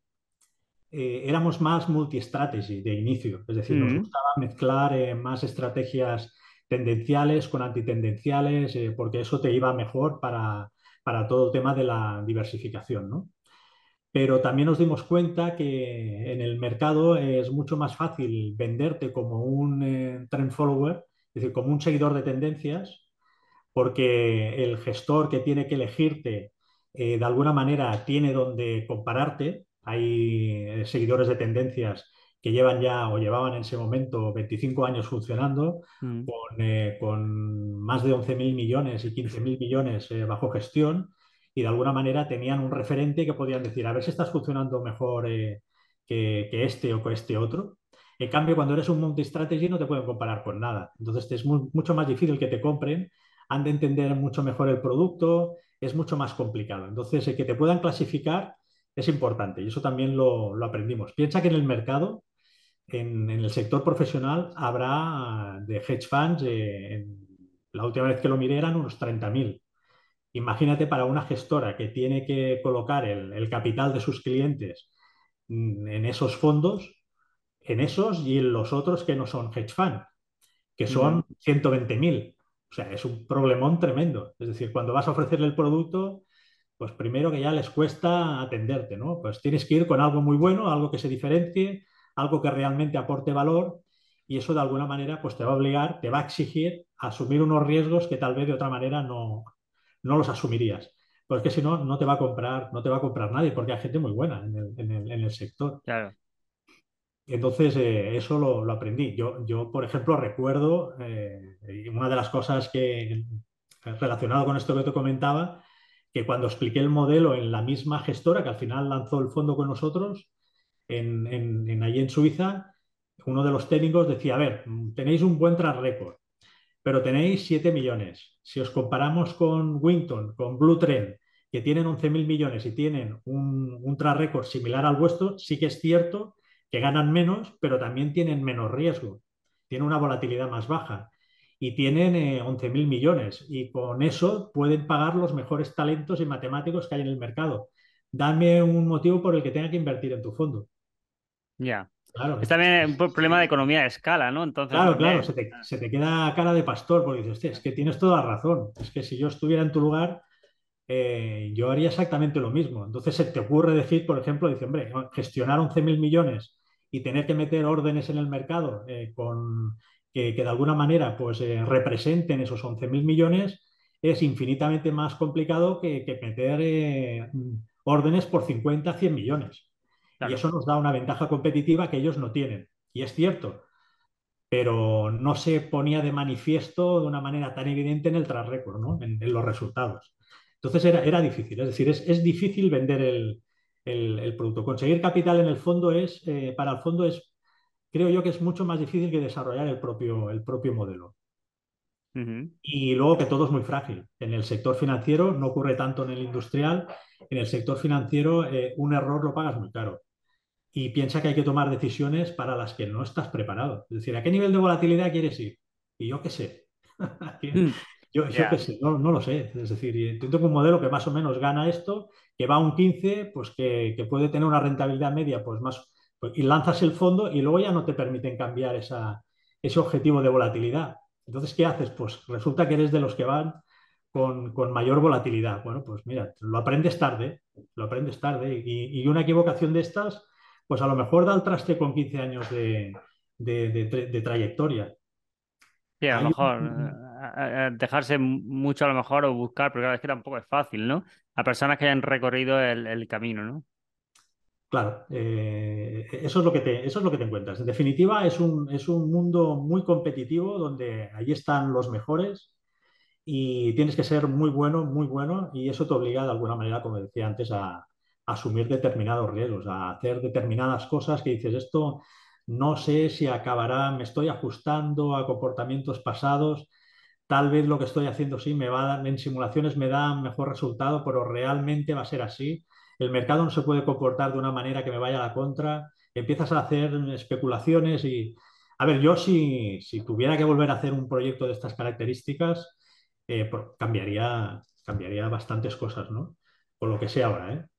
S2: eh, éramos más multi-strategy de inicio. Es decir, nos
S1: Mm,
S2: gustaba mezclar eh, más estrategias tendenciales con antitendenciales, eh, porque eso te iba mejor para, para todo el tema de la diversificación, ¿no? Pero también nos dimos cuenta que en el mercado es mucho más fácil venderte como un eh, trend follower, es decir, como un seguidor de tendencias, porque el gestor que tiene que elegirte eh, de alguna manera tiene donde compararte. Hay eh, seguidores de tendencias que llevan ya o llevaban en ese momento veinticinco años funcionando
S1: mm,
S2: con, eh, con más de once mil millones y quince mil millones eh, bajo gestión y de alguna manera tenían un referente que podían decir, a ver si estás funcionando mejor eh, que, que este o que este otro. En cambio, cuando eres un multi-strategy no te pueden comparar con nada. Entonces es muy, mucho más difícil que te compren, han de entender mucho mejor el producto, es mucho más complicado. Entonces, el que te puedan clasificar es importante y eso también lo, lo aprendimos. Piensa que en el mercado, en, en, el sector profesional, habrá de hedge funds, eh, en, la última vez que lo miré eran unos treinta mil. Imagínate para una gestora que tiene que colocar el, el capital de sus clientes mm, en esos fondos, en esos y en los otros que no son hedge fund, que
S1: mm,
S2: son ciento veinte mil. O sea, es un problemón tremendo. Es decir, cuando vas a ofrecerle el producto, pues primero que ya les cuesta atenderte, ¿no? Pues tienes que ir con algo muy bueno, algo que se diferencie, algo que realmente aporte valor y eso de alguna manera pues te va a obligar, te va a exigir asumir unos riesgos que tal vez de otra manera no, no los asumirías. Porque si no, no te va a comprar, no te va a comprar nadie, porque hay gente muy buena en el, en el, en el sector.
S1: claro.
S2: Entonces, eh, eso lo, lo, aprendí. Yo, yo, por ejemplo, recuerdo eh, y una de las cosas que, relacionado con esto que te comentaba, que cuando expliqué el modelo en la misma gestora que al final lanzó el fondo con nosotros, en, en, en allí en Suiza, uno de los técnicos decía, a ver, tenéis un buen track record, pero tenéis siete millones. Si os comparamos con Winton, con Blue Trend, que tienen once mil millones y tienen un, un track record similar al vuestro, sí que es cierto que ganan menos, pero también tienen menos riesgo. Tienen una volatilidad más baja y tienen eh, once mil millones y con eso pueden pagar los mejores talentos y matemáticos que hay en el mercado. Dame un motivo por el que tenga que invertir en tu fondo.
S1: Ya.
S2: Claro,
S1: Es también un pro- problema de economía de escala, ¿no? Entonces
S2: claro, claro, se
S1: también.
S2: te, se te queda cara de pastor porque dices, hostia, es que tienes toda la razón. Es que si yo estuviera en tu lugar, eh, yo haría exactamente lo mismo. Entonces se te ocurre decir, por ejemplo, dice, hombre, gestionar once mil millones y tener que meter órdenes en el mercado eh, con, que, que de alguna manera pues, eh, representen esos once mil millones es infinitamente más complicado que, que meter eh, órdenes por cincuenta, cien millones. Y
S1: Claro,
S2: eso nos da una ventaja competitiva que ellos no tienen. Y es cierto, pero no se ponía de manifiesto de una manera tan evidente en el track record, ¿no? En, en los resultados. Entonces era, era difícil, es decir, es, es difícil vender el, el, el, producto. Conseguir capital en el fondo es, eh, para el fondo es, creo yo que es mucho más difícil que desarrollar el propio, el propio modelo.
S1: Ujú.
S2: Y luego que todo es muy frágil. En el sector financiero no ocurre tanto en el industrial. En el sector financiero eh, un error lo pagas muy caro. Y piensa que hay que tomar decisiones para las que no estás preparado. Es decir, ¿a qué nivel de volatilidad quieres ir? Y yo qué sé.
S1: Mm.
S2: Yo, yo qué
S1: Ya,
S2: sé, no, no lo sé. Es decir, yo tengo un modelo que más o menos gana esto, que va a un quince, pues que, que puede tener una rentabilidad media, pues más, pues, y lanzas el fondo y luego ya no te permiten cambiar esa, ese objetivo de volatilidad. Entonces, ¿qué haces? Pues resulta que eres de los que van con, con mayor volatilidad. Bueno, pues mira, lo aprendes tarde, lo aprendes tarde. Y, y una equivocación de estas, pues a lo mejor da el traste con quince años de, de, de- de trayectoria.
S1: sí, a lo
S2: Hay
S1: mejor
S2: un,
S1: eh, eh, dejarse mucho a lo mejor o buscar, porque claro, es que tampoco es fácil, ¿no? A personas que hayan recorrido el, el camino, ¿no?
S2: Claro, eh, eso es lo que te, eso es lo que te encuentras. En definitiva, es un, es un mundo muy competitivo donde ahí están los mejores y tienes que ser muy bueno, muy bueno, y eso te obliga de alguna manera, como decía antes, a, a asumir determinados riesgos, a hacer determinadas cosas que dices, esto no sé si acabará, me estoy ajustando a comportamientos pasados, tal vez lo que estoy haciendo sí me va a dar- en simulaciones me da mejor resultado, pero realmente va a ser así. El mercado no se puede comportar de una manera que me vaya a la contra. Empiezas a hacer especulaciones y, a ver, yo si, si tuviera que volver a hacer un proyecto de estas características, eh, por- cambiaría, cambiaría bastantes cosas, ¿no? Por lo que sé ahora, ¿eh?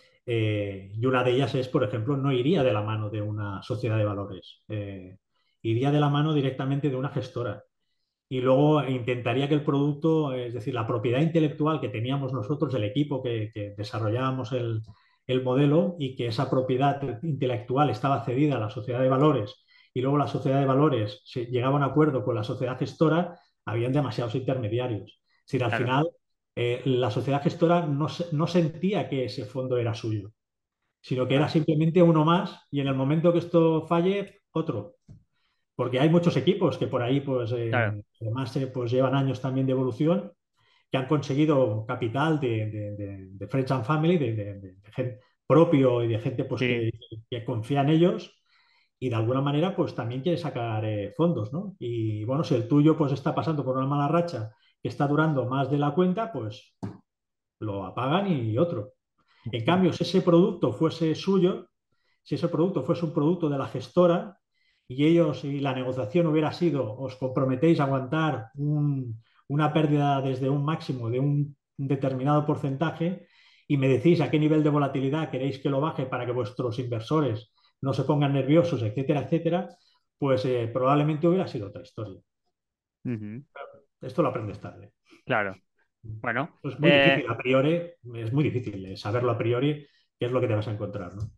S2: Eh, y una de ellas es, por ejemplo, no iría de la mano de una sociedad de valores, eh, iría de la mano directamente de una gestora y luego intentaría que el producto, es decir, la propiedad intelectual que teníamos nosotros, el equipo que, que desarrollábamos el, el modelo y que esa propiedad intelectual estaba cedida a la sociedad de valores y luego la sociedad de valores se llegaba a un acuerdo con la sociedad gestora, habían demasiados intermediarios. Es decir, al
S1: Claro,
S2: final eh, la sociedad gestora no, se- no sentía que ese fondo era suyo, sino que era
S1: claro,
S2: simplemente uno más y en el momento que esto falle, otro. Porque hay muchos equipos que por ahí, pues,
S1: claro,
S2: eh, además, eh, pues llevan años también de evolución, que han conseguido capital de, de, de- de Friends and Family, de, de- de- de gente propio y de gente pues,
S1: sí,
S2: que, que confía en ellos y de alguna manera pues también quiere sacar eh, fondos, ¿no? Y bueno, si el tuyo pues está pasando por una mala racha que está durando más de la cuenta, pues lo apagan y otro. En cambio, si ese producto fuese suyo, si ese producto fuese un producto de la gestora y ellos y la negociación hubiera sido, os comprometéis a aguantar un- una pérdida desde un máximo de un determinado porcentaje y me decís a qué nivel de volatilidad queréis que lo baje para que vuestros inversores no se pongan nerviosos, etcétera, etcétera, pues eh, probablemente hubiera sido otra historia.
S1: ujú,
S2: Esto lo aprendes tarde.
S1: claro. Bueno,
S2: Es muy difícil
S1: eh,
S2: a priori, es muy difícil eh, saberlo a priori qué es lo que te vas a encontrar, ¿no?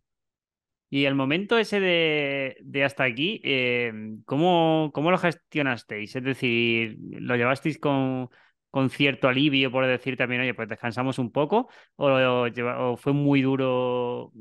S1: y el momento ese de, de hasta aquí, eh, ¿cómo, cómo lo gestionasteis? Es decir, ¿lo llevasteis con, con cierto alivio por decir también, oye, pues descansamos un poco? ¿O, lo lleva- o fue muy duro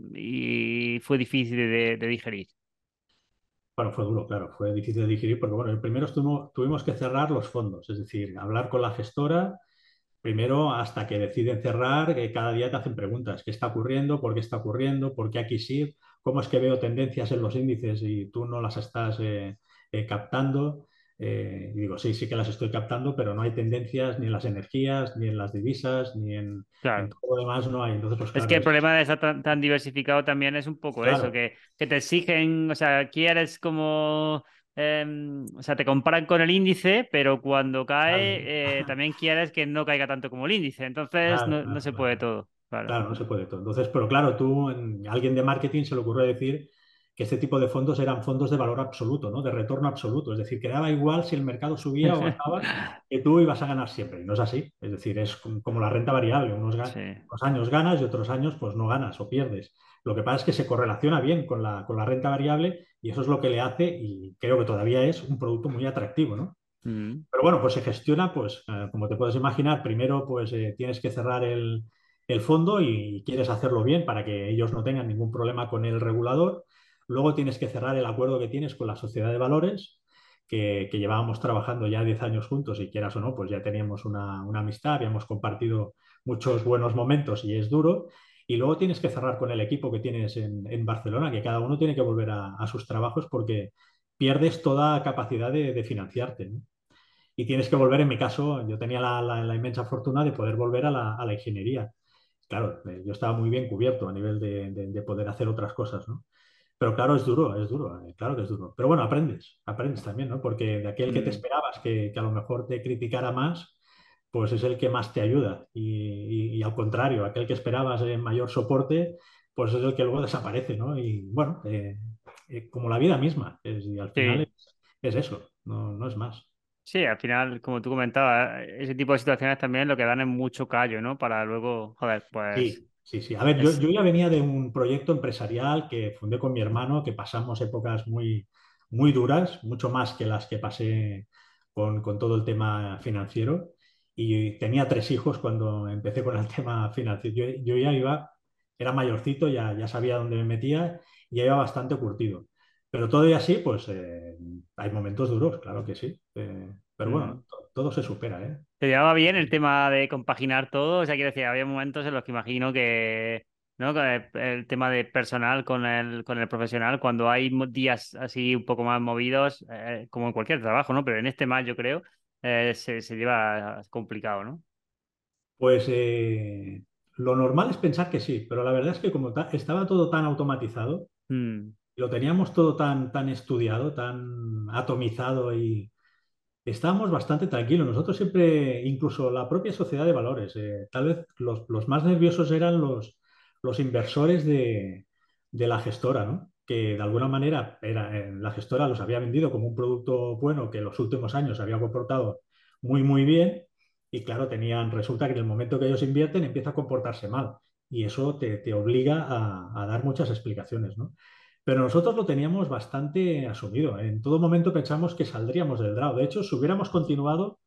S1: y fue difícil de, de digerir?
S2: Bueno, fue duro, claro, fue difícil de digerir porque, bueno, primero estuvimos- tuvimos que cerrar los fondos, es decir, hablar con la gestora, primero hasta que deciden cerrar, que cada día te hacen preguntas, ¿qué está ocurriendo? ¿Por qué está ocurriendo? ¿Por qué aquí sí? ¿Cómo es que veo tendencias en los índices y tú no las estás eh, eh, captando? Eh, y digo, sí, sí que las estoy captando, pero no hay tendencias ni en las energías, ni en las divisas, ni en, en
S1: Claro.
S2: todo lo demás no hay. Entonces, pues
S1: Es que
S2: claro,
S1: el
S2: es
S1: problema de estar tan, tan diversificado también es un poco eso,
S2: claro,
S1: que, que te exigen, o sea, quieres como, em, o sea, te comparan con el índice, pero cuando
S2: claro,
S1: cae, eh, también quieres que no caiga tanto como el índice. Entonces,
S2: claro,
S1: no, no
S2: claro,
S1: se puede
S2: claro.
S1: todo. Claro.
S2: Claro, no se puede todo. Entonces, pero claro, tú, en- alguien de marketing se le ocurrió decir que este tipo de fondos eran fondos de valor absoluto, ¿no? De retorno absoluto. Es decir, que daba igual si el mercado subía o bajaba, que tú ibas a ganar siempre. Y no es así. Es decir, es com- como la renta variable. Unos, ga-
S1: Sí.
S2: unos años ganas y otros años pues no ganas o pierdes. Lo que pasa es que se correlaciona bien con la, con la renta variable y eso es lo que le hace, y creo que todavía es un producto muy atractivo, ¿no?
S1: Mm,
S2: Pero bueno, pues se gestiona, pues eh, como te puedes imaginar, primero pues eh, tienes que cerrar el, el fondo y quieres hacerlo bien para que ellos no tengan ningún problema con el regulador. Luego tienes que cerrar el acuerdo que tienes con la sociedad de valores, que, que llevábamos trabajando ya diez años juntos y quieras o no, pues ya teníamos una, una amistad, habíamos compartido muchos buenos momentos y es duro. Y luego tienes que cerrar con el equipo que tienes en, en Barcelona, que cada uno tiene que volver a, a sus trabajos porque pierdes toda capacidad de, de financiarte, ¿no? y tienes que volver, en mi caso, yo tenía la, la- la inmensa fortuna de poder volver a la, a la ingeniería. Claro, eh, yo estaba muy bien cubierto a nivel de, de- de poder hacer otras cosas, ¿no? Pero claro, es duro, es duro, eh, claro que es duro. Pero bueno, aprendes, aprendes también, ¿no? Porque de aquel que te
S1: Mm,
S2: esperabas que, que a lo mejor te criticara más, pues es el que más te ayuda. Y, y- y al contrario, aquel que esperabas eh, mayor soporte, pues es el que luego desaparece, ¿no? Y bueno, eh, eh, como la vida misma, es- y al final
S1: sí.
S2: es, es eso, no, no es más.
S1: Sí, al final, como tú comentabas, ese tipo de situaciones también lo que dan es mucho callo, ¿no? Para luego, joder, pues
S2: Sí, sí, sí. A ver, yo,
S1: es...
S2: yo ya venía de un proyecto empresarial que fundé con mi hermano, que pasamos épocas muy, muy duras, mucho más que las que pasé con, con todo el tema financiero. Y tenía tres hijos cuando empecé con el tema financiero. Yo, yo ya iba, era mayorcito, ya, ya sabía dónde me metía y ya iba bastante curtido. Pero todo y así, pues eh, hay momentos duros, claro que sí. Eh, pero
S1: mm.
S2: bueno, to- todo se supera, ¿eh?
S1: ¿Te llevaba bien el tema de compaginar todo? O sea, quiero decir, había momentos en los que imagino que, ¿no? Con el, el tema de personal con el, con el profesional, cuando hay mo- días así un poco más movidos, eh, como en cualquier trabajo, ¿no? Pero en este más, yo creo, eh, se, se lleva complicado, ¿no?
S2: Pues eh, lo normal es pensar que sí, pero la verdad es que como ta- estaba todo tan automatizado,
S1: Mm,
S2: lo teníamos todo tan, tan estudiado, tan atomizado y estábamos bastante tranquilos. Nosotros siempre, incluso la propia sociedad de valores, eh, tal vez los, los más nerviosos eran los, los inversores de, de la gestora, ¿no? Que de alguna manera era, eh, la gestora los había vendido como un producto bueno que en los últimos años había comportado muy, muy bien. Y claro, tenían, resulta que en el momento que ellos invierten empieza a comportarse mal. Y eso te, te obliga a, a dar muchas explicaciones, ¿no? Pero nosotros lo teníamos bastante asumido. En todo momento pensamos que saldríamos del draw. De hecho, si hubiéramos continuado,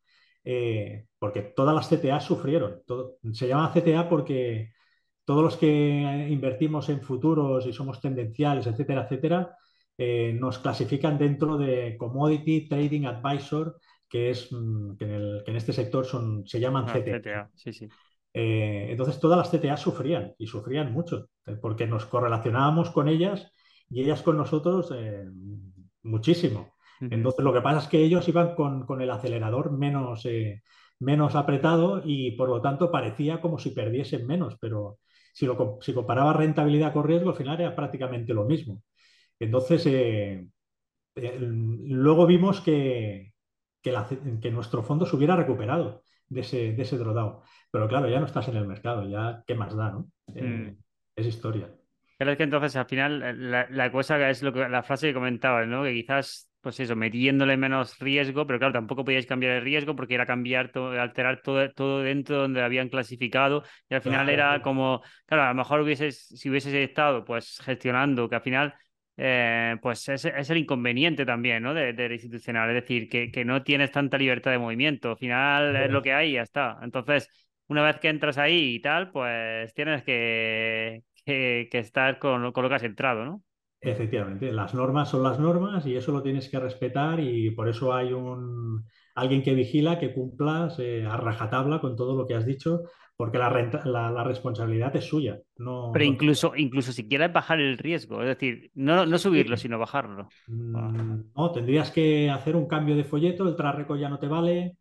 S2: eh, porque todas las C T A sufrieron. Todo- se llama C T A porque todos los que invertimos en futuros y somos tendenciales, etcétera, etcétera, eh, nos clasifican dentro de Commodity Trading Advisor, que es mm, que en, el- que en este sector son, se llaman
S1: ah,
S2: C T A.
S1: C T A, sí, sí.
S2: Eh, entonces todas las C T A sufrían y sufrían mucho, eh, porque nos correlacionábamos con ellas y ellas con nosotros eh, muchísimo.
S1: Ujú,
S2: Entonces lo que pasa es que ellos iban con, con el acelerador menos, eh, menos apretado y por lo tanto parecía como si perdiesen menos, pero si, lo, com- si comparaba rentabilidad con riesgo, al final era prácticamente lo mismo. Entonces, eh, eh, luego vimos que, que, la- que nuestro fondo se hubiera recuperado de ese, de ese drawdown. Pero claro, ya no estás en el mercado, ya qué más da, ¿no?
S1: mm.
S2: Eh, es historia.
S1: Pero es que entonces al final eh, la, la cosa es lo que la frase que comentabas, ¿no? Que quizás, pues eso, metiéndole menos riesgo, pero claro, tampoco podíais cambiar el riesgo porque era cambiar todo, alterar todo, todo dentro donde habían clasificado. Y al final
S2: Claro,
S1: era
S2: claro.
S1: como, claro, a lo mejor hubieses, si hubieses estado pues gestionando, que al final, eh, pues es, es el inconveniente también, ¿no? De, de institucional, es decir, que, que no tienes tanta libertad de movimiento. Al final es lo que hay y ya está. Entonces una vez que entras ahí y tal, pues tienes que, que, que estar con, con lo que has entrado, ¿no?
S2: Efectivamente, las normas son las normas y eso lo tienes que respetar y por eso hay un alguien que vigila que cumplas eh, a rajatabla con todo lo que has dicho, porque la, renta- la, la responsabilidad es suya, no,
S1: Pero
S2: no tuya.
S1: incluso, incluso si quieres bajar el riesgo, es decir, no, no
S2: Sí,
S1: subirlo,
S2: sí.
S1: sino bajarlo. Ah.
S2: Mm, no, tendrías que hacer un cambio de folleto, el tráfico ya no te vale.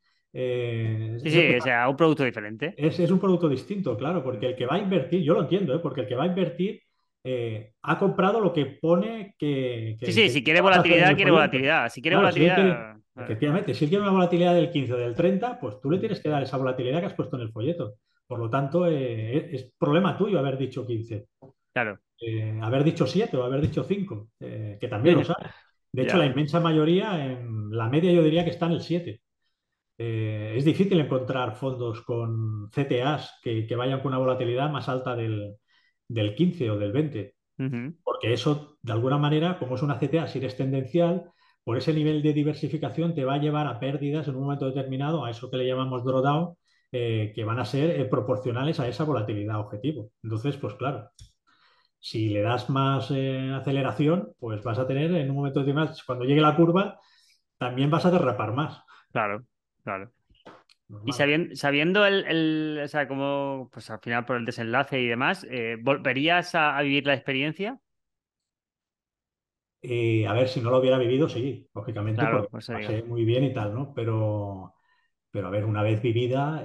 S2: eh,
S1: Sí,
S2: es,
S1: sí, o sea, un producto diferente.
S2: es- es un producto distinto, claro, porque
S1: Mm.
S2: el que va a invertir, yo lo entiendo, ¿eh? Porque el que va a invertir eh, ha comprado lo que pone que,
S1: Sí,
S2: que-
S1: sí,
S2: que-
S1: si
S2: que
S1: quiere
S2: van a hacer en
S1: volatilidad,
S2: el
S1: quiere
S2: folleto.
S1: volatilidad. Si quiere
S2: Claro, si él quiere,
S1: volatilidad. eh,
S2: efectivamente, si él quiere una volatilidad del quince o del treinta, pues tú le
S1: mm,
S2: tienes que dar esa volatilidad que has puesto en el folleto. Por lo tanto, eh, es, es problema tuyo haber dicho quince,
S1: claro.
S2: eh, haber dicho siete o haber dicho cinco, eh, que también los hay. De hecho, la
S1: Ya.
S2: inmensa mayoría, en la media yo diría que está en el siete. Eh, es difícil encontrar fondos con C T As que, que vayan con una volatilidad más alta del, del quince o del veinte,
S1: Ujú.
S2: porque eso, de alguna manera, como es una C T A, si eres tendencial, por ese nivel de diversificación te va a llevar a pérdidas en un momento determinado, a eso que le llamamos drawdown, eh, que van a ser eh, proporcionales a esa volatilidad objetivo. Entonces, pues claro, si le das más eh, aceleración, pues vas a tener en un momento determinado, cuando llegue la curva, también vas a derrapar más.
S1: Claro, claro. Y
S2: Normal.
S1: sabiendo, sabiendo el, el, o sea, cómo, pues al final por el desenlace y demás, eh, ¿volverías a, a vivir la experiencia?
S2: Y a ver, si no lo hubiera vivido, sí, lógicamente,
S1: Claro,
S2: porque
S1: por eso digo.
S2: pasé muy bien y tal, ¿no? Pero pero a ver, una vez vivida,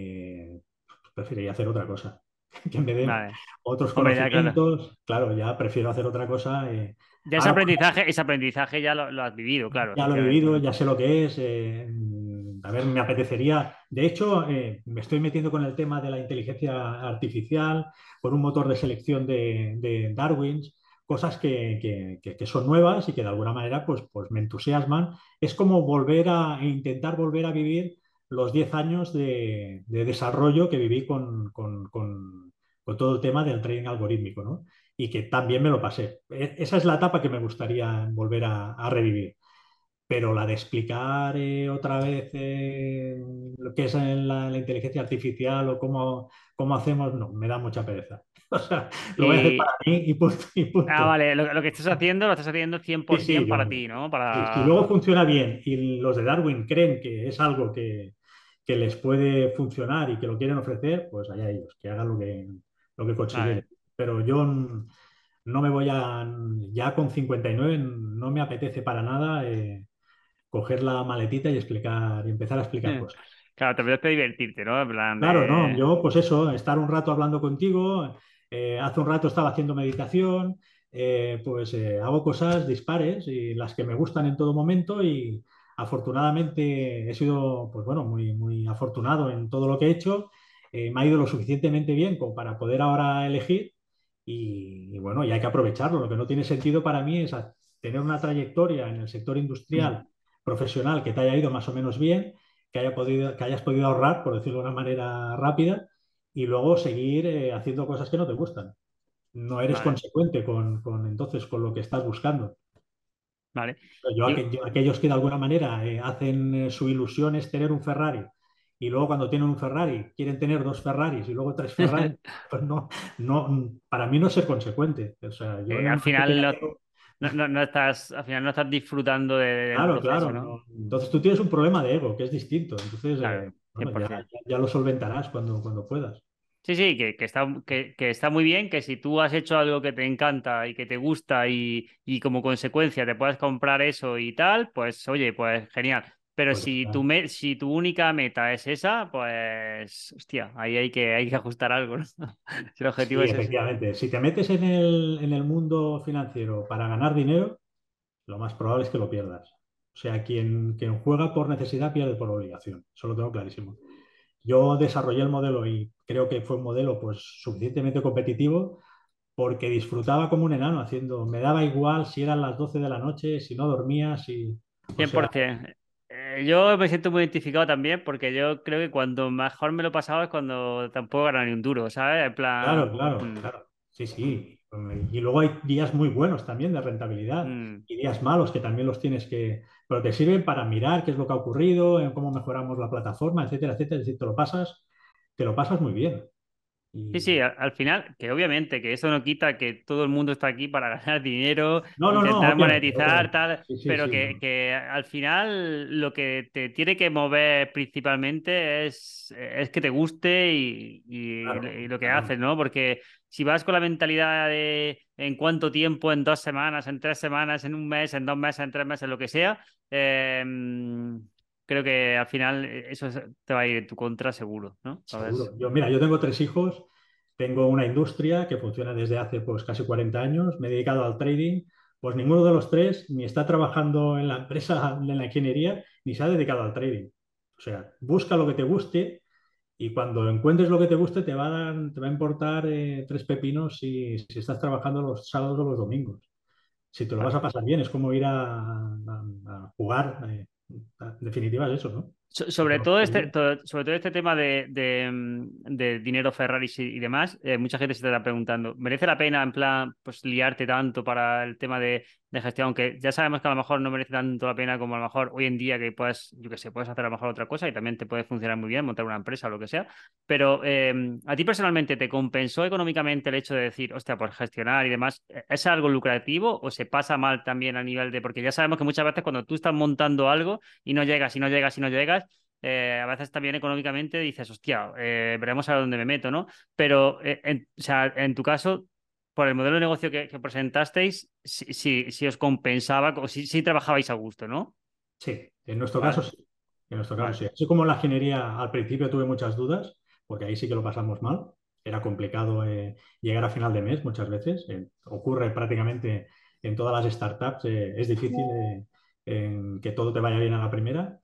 S2: eh, preferiría hacer otra cosa. Que en vez de
S1: Vale.
S2: otros
S1: Hombre, ya, claro.
S2: conocimientos, claro, ya prefiero hacer otra cosa. eh.
S1: Ya ese
S2: Ahora, pues,
S1: aprendizaje, ese aprendizaje ya lo, lo has vivido, claro,
S2: ya lo he
S1: efectivamente,
S2: vivido,
S1: ¿no?
S2: ya sé lo que es. eh, mm, a ver, me apetecería. De hecho, eh, me estoy metiendo con el tema de la inteligencia artificial, con un motor de selección de, de Darwin, cosas que, que- que- que son nuevas y que de alguna manera pues, pues me entusiasman. Es como volver a e intentar volver a vivir los diez años de, de desarrollo que viví con, con- con- con todo el tema del trading algorítmico, ¿no? Y que también me lo pasé. E- Esa es la etapa que me gustaría volver a a revivir. Pero la de explicar eh, otra vez eh, lo que es la, la inteligencia artificial o cómo, cómo hacemos, no, me da mucha pereza. O sea, lo voy a hacer para
S1: Y,
S2: mí y punto. Y
S1: ah,
S2: punto.
S1: vale, lo, lo que estás haciendo, lo estás haciendo
S2: Sí,
S1: cien por ciento
S2: sí,
S1: para
S2: yo-
S1: ti, ¿no?
S2: sí, si
S1: Para...
S2: luego funciona bien y los de Darwin creen que es algo que, que les puede funcionar y que lo quieren ofrecer, pues allá ellos, que hagan lo que, lo que consideren.
S1: Vale.
S2: Pero yo n- no me voy a, ya con cincuenta y nueve no me apetece para nada. eh, coger la maletita y explicar y empezar a explicar cosas.
S1: Claro, te apetece divertirte, ¿no? En plan
S2: Claro, no,
S1: de...
S2: yo pues eso, estar un rato hablando contigo, eh, hace un rato estaba haciendo meditación, eh, pues eh, hago cosas dispares y las que me gustan en todo momento y afortunadamente he sido, pues bueno, muy, muy afortunado en todo lo que he hecho. Eh, me ha ido lo suficientemente bien como para poder ahora elegir y, y bueno, y hay que aprovecharlo. Lo que no tiene sentido para mí es a- tener una trayectoria en el sector industrial profesional que te haya ido más o menos bien, que, haya podido, que hayas podido ahorrar, por decirlo de una manera rápida, y luego seguir eh, haciendo cosas que no te gustan. No eres
S1: Vale,
S2: consecuente con, con, entonces con lo que estás buscando.
S1: vale.
S2: Yo,
S1: Y,
S2: aqu- yo- aquellos que de alguna manera eh, hacen eh, su ilusión es tener un Ferrari y luego cuando tienen un Ferrari quieren tener dos Ferraris y luego tres Ferraris, pues no, no, para mí no es ser consecuente. O sea, yo en
S1: eh,
S2: el
S1: al
S2: momento que
S1: final
S2: ya
S1: no,
S2: tengo.
S1: no, no- no estás, al final no estás disfrutando de- del
S2: Claro,
S1: proceso,
S2: claro.
S1: ¿no?
S2: No. Entonces tú tienes un problema de ego, que es distinto. Entonces,
S1: Claro,
S2: eh, bueno, ya, ya,
S1: cien por ciento.
S2: ya lo solventarás cuando, cuando puedas.
S1: Sí, sí, que, que está, que, que está muy bien, que si tú has hecho algo que te encanta y que te gusta y, y como consecuencia te puedes comprar eso y tal, pues oye, pues genial. Pero
S2: Pues
S1: si tu,
S2: ya.
S1: me- si tu única meta es esa, pues hostia, ahí hay que, hay que ajustar algo, ¿no? Si el objetivo
S2: Sí,
S1: es ese.
S2: efectivamente. Si te metes en el, en el mundo financiero para ganar dinero, lo más probable es que lo pierdas. O sea, quien, quien juega por necesidad pierde por obligación. Eso lo tengo clarísimo. Yo desarrollé el modelo y creo que fue un modelo pues suficientemente competitivo porque disfrutaba como un enano haciendo, me daba igual si eran las doce de la noche, si no dormía, si, o sea,
S1: cien por ciento. Eh, yo me siento muy identificado también porque yo creo que cuando mejor me lo he pasado es cuando tampoco gano ni un duro, ¿sabes? En
S2: claro,
S1: plan...
S2: claro,
S1: mm,
S2: claro, sí, sí. Y luego hay días muy buenos también de rentabilidad
S1: mm.
S2: y días malos que también los tienes que, pero te sirven para mirar qué es lo que ha ocurrido, en cómo mejoramos la plataforma, etcétera, etcétera. Es decir, te lo pasas, te lo pasas muy bien.
S1: Sí, sí,
S2: Y
S1: a- al final, que obviamente que eso no quita que todo el mundo está aquí para ganar dinero,
S2: no, no, no,
S1: intentar
S2: obviamente,
S1: monetizar,
S2: obviamente.
S1: tal,
S2: Sí, sí,
S1: pero
S2: sí,
S1: que,
S2: no.
S1: que al final lo que te tiene que mover principalmente es, es que te guste y, y-
S2: Claro,
S1: y lo que
S2: claro.
S1: haces, ¿no? Porque si vas con la mentalidad de en cuánto tiempo, en dos semanas, en tres semanas, en un mes, en dos meses, en tres meses, lo que sea, eh, creo que al final eso es- te va a ir en tu contra seguro, ¿no? Entonces...
S2: Seguro. Yo, mira, yo tengo tres hijos, tengo una industria que funciona desde hace pues casi cuarenta años, me he dedicado al trading, pues ninguno de los tres ni está trabajando en la empresa de la ingeniería ni se ha dedicado al trading. O sea, busca lo que te guste y cuando encuentres lo que te guste te va a dar- te va a importar eh, tres pepinos si, si estás trabajando los sábados o los domingos. Si te lo vas
S1: Vale.
S2: a pasar bien, es como ir a, a- a jugar. eh, en definitiva es eso, ¿no?
S1: So-
S2: Si te
S1: sobre
S2: lo
S1: todo
S2: pasas
S1: este,
S2: bien.
S1: to- sobre todo este tema de, de, mm, de dinero Ferraris y, y demás, eh, mucha gente se te está preguntando, ¿merece la pena en plan pues liarte tanto para el tema de, de gestión? Aunque ya sabemos que a lo mejor no merece tanto la pena como a lo mejor hoy en día que puedes, yo qué sé, puedes hacer a lo mejor otra cosa y también te puede funcionar muy bien, montar una empresa o lo que sea. Pero eh, ¿a ti personalmente te compensó económicamente el hecho de decir, hostia, por gestionar y demás, ¿e- ¿es algo lucrativo o se pasa mal también a nivel de, porque ya sabemos que muchas veces cuando tú estás montando algo y no llegas y no llegas y no llegas, eh, a veces también económicamente dices, hostia, eh, veremos a dónde me meto, ¿no? Pero, eh, en, o sea, en tu caso, por el modelo de negocio que, que presentasteis, si, si, si os compensaba, o si, si trabajabais a gusto, ¿no?
S2: Sí, en nuestro caso
S1: Vale,
S2: sí. En nuestro caso,
S1: Vale.
S2: sí. Así como en la ingeniería al principio tuve muchas dudas, porque ahí sí que lo pasamos mal. Era complicado eh, llegar a final de mes muchas veces. Eh, ocurre prácticamente en todas las startups. Eh, es difícil eh, en que todo te vaya bien a la primera.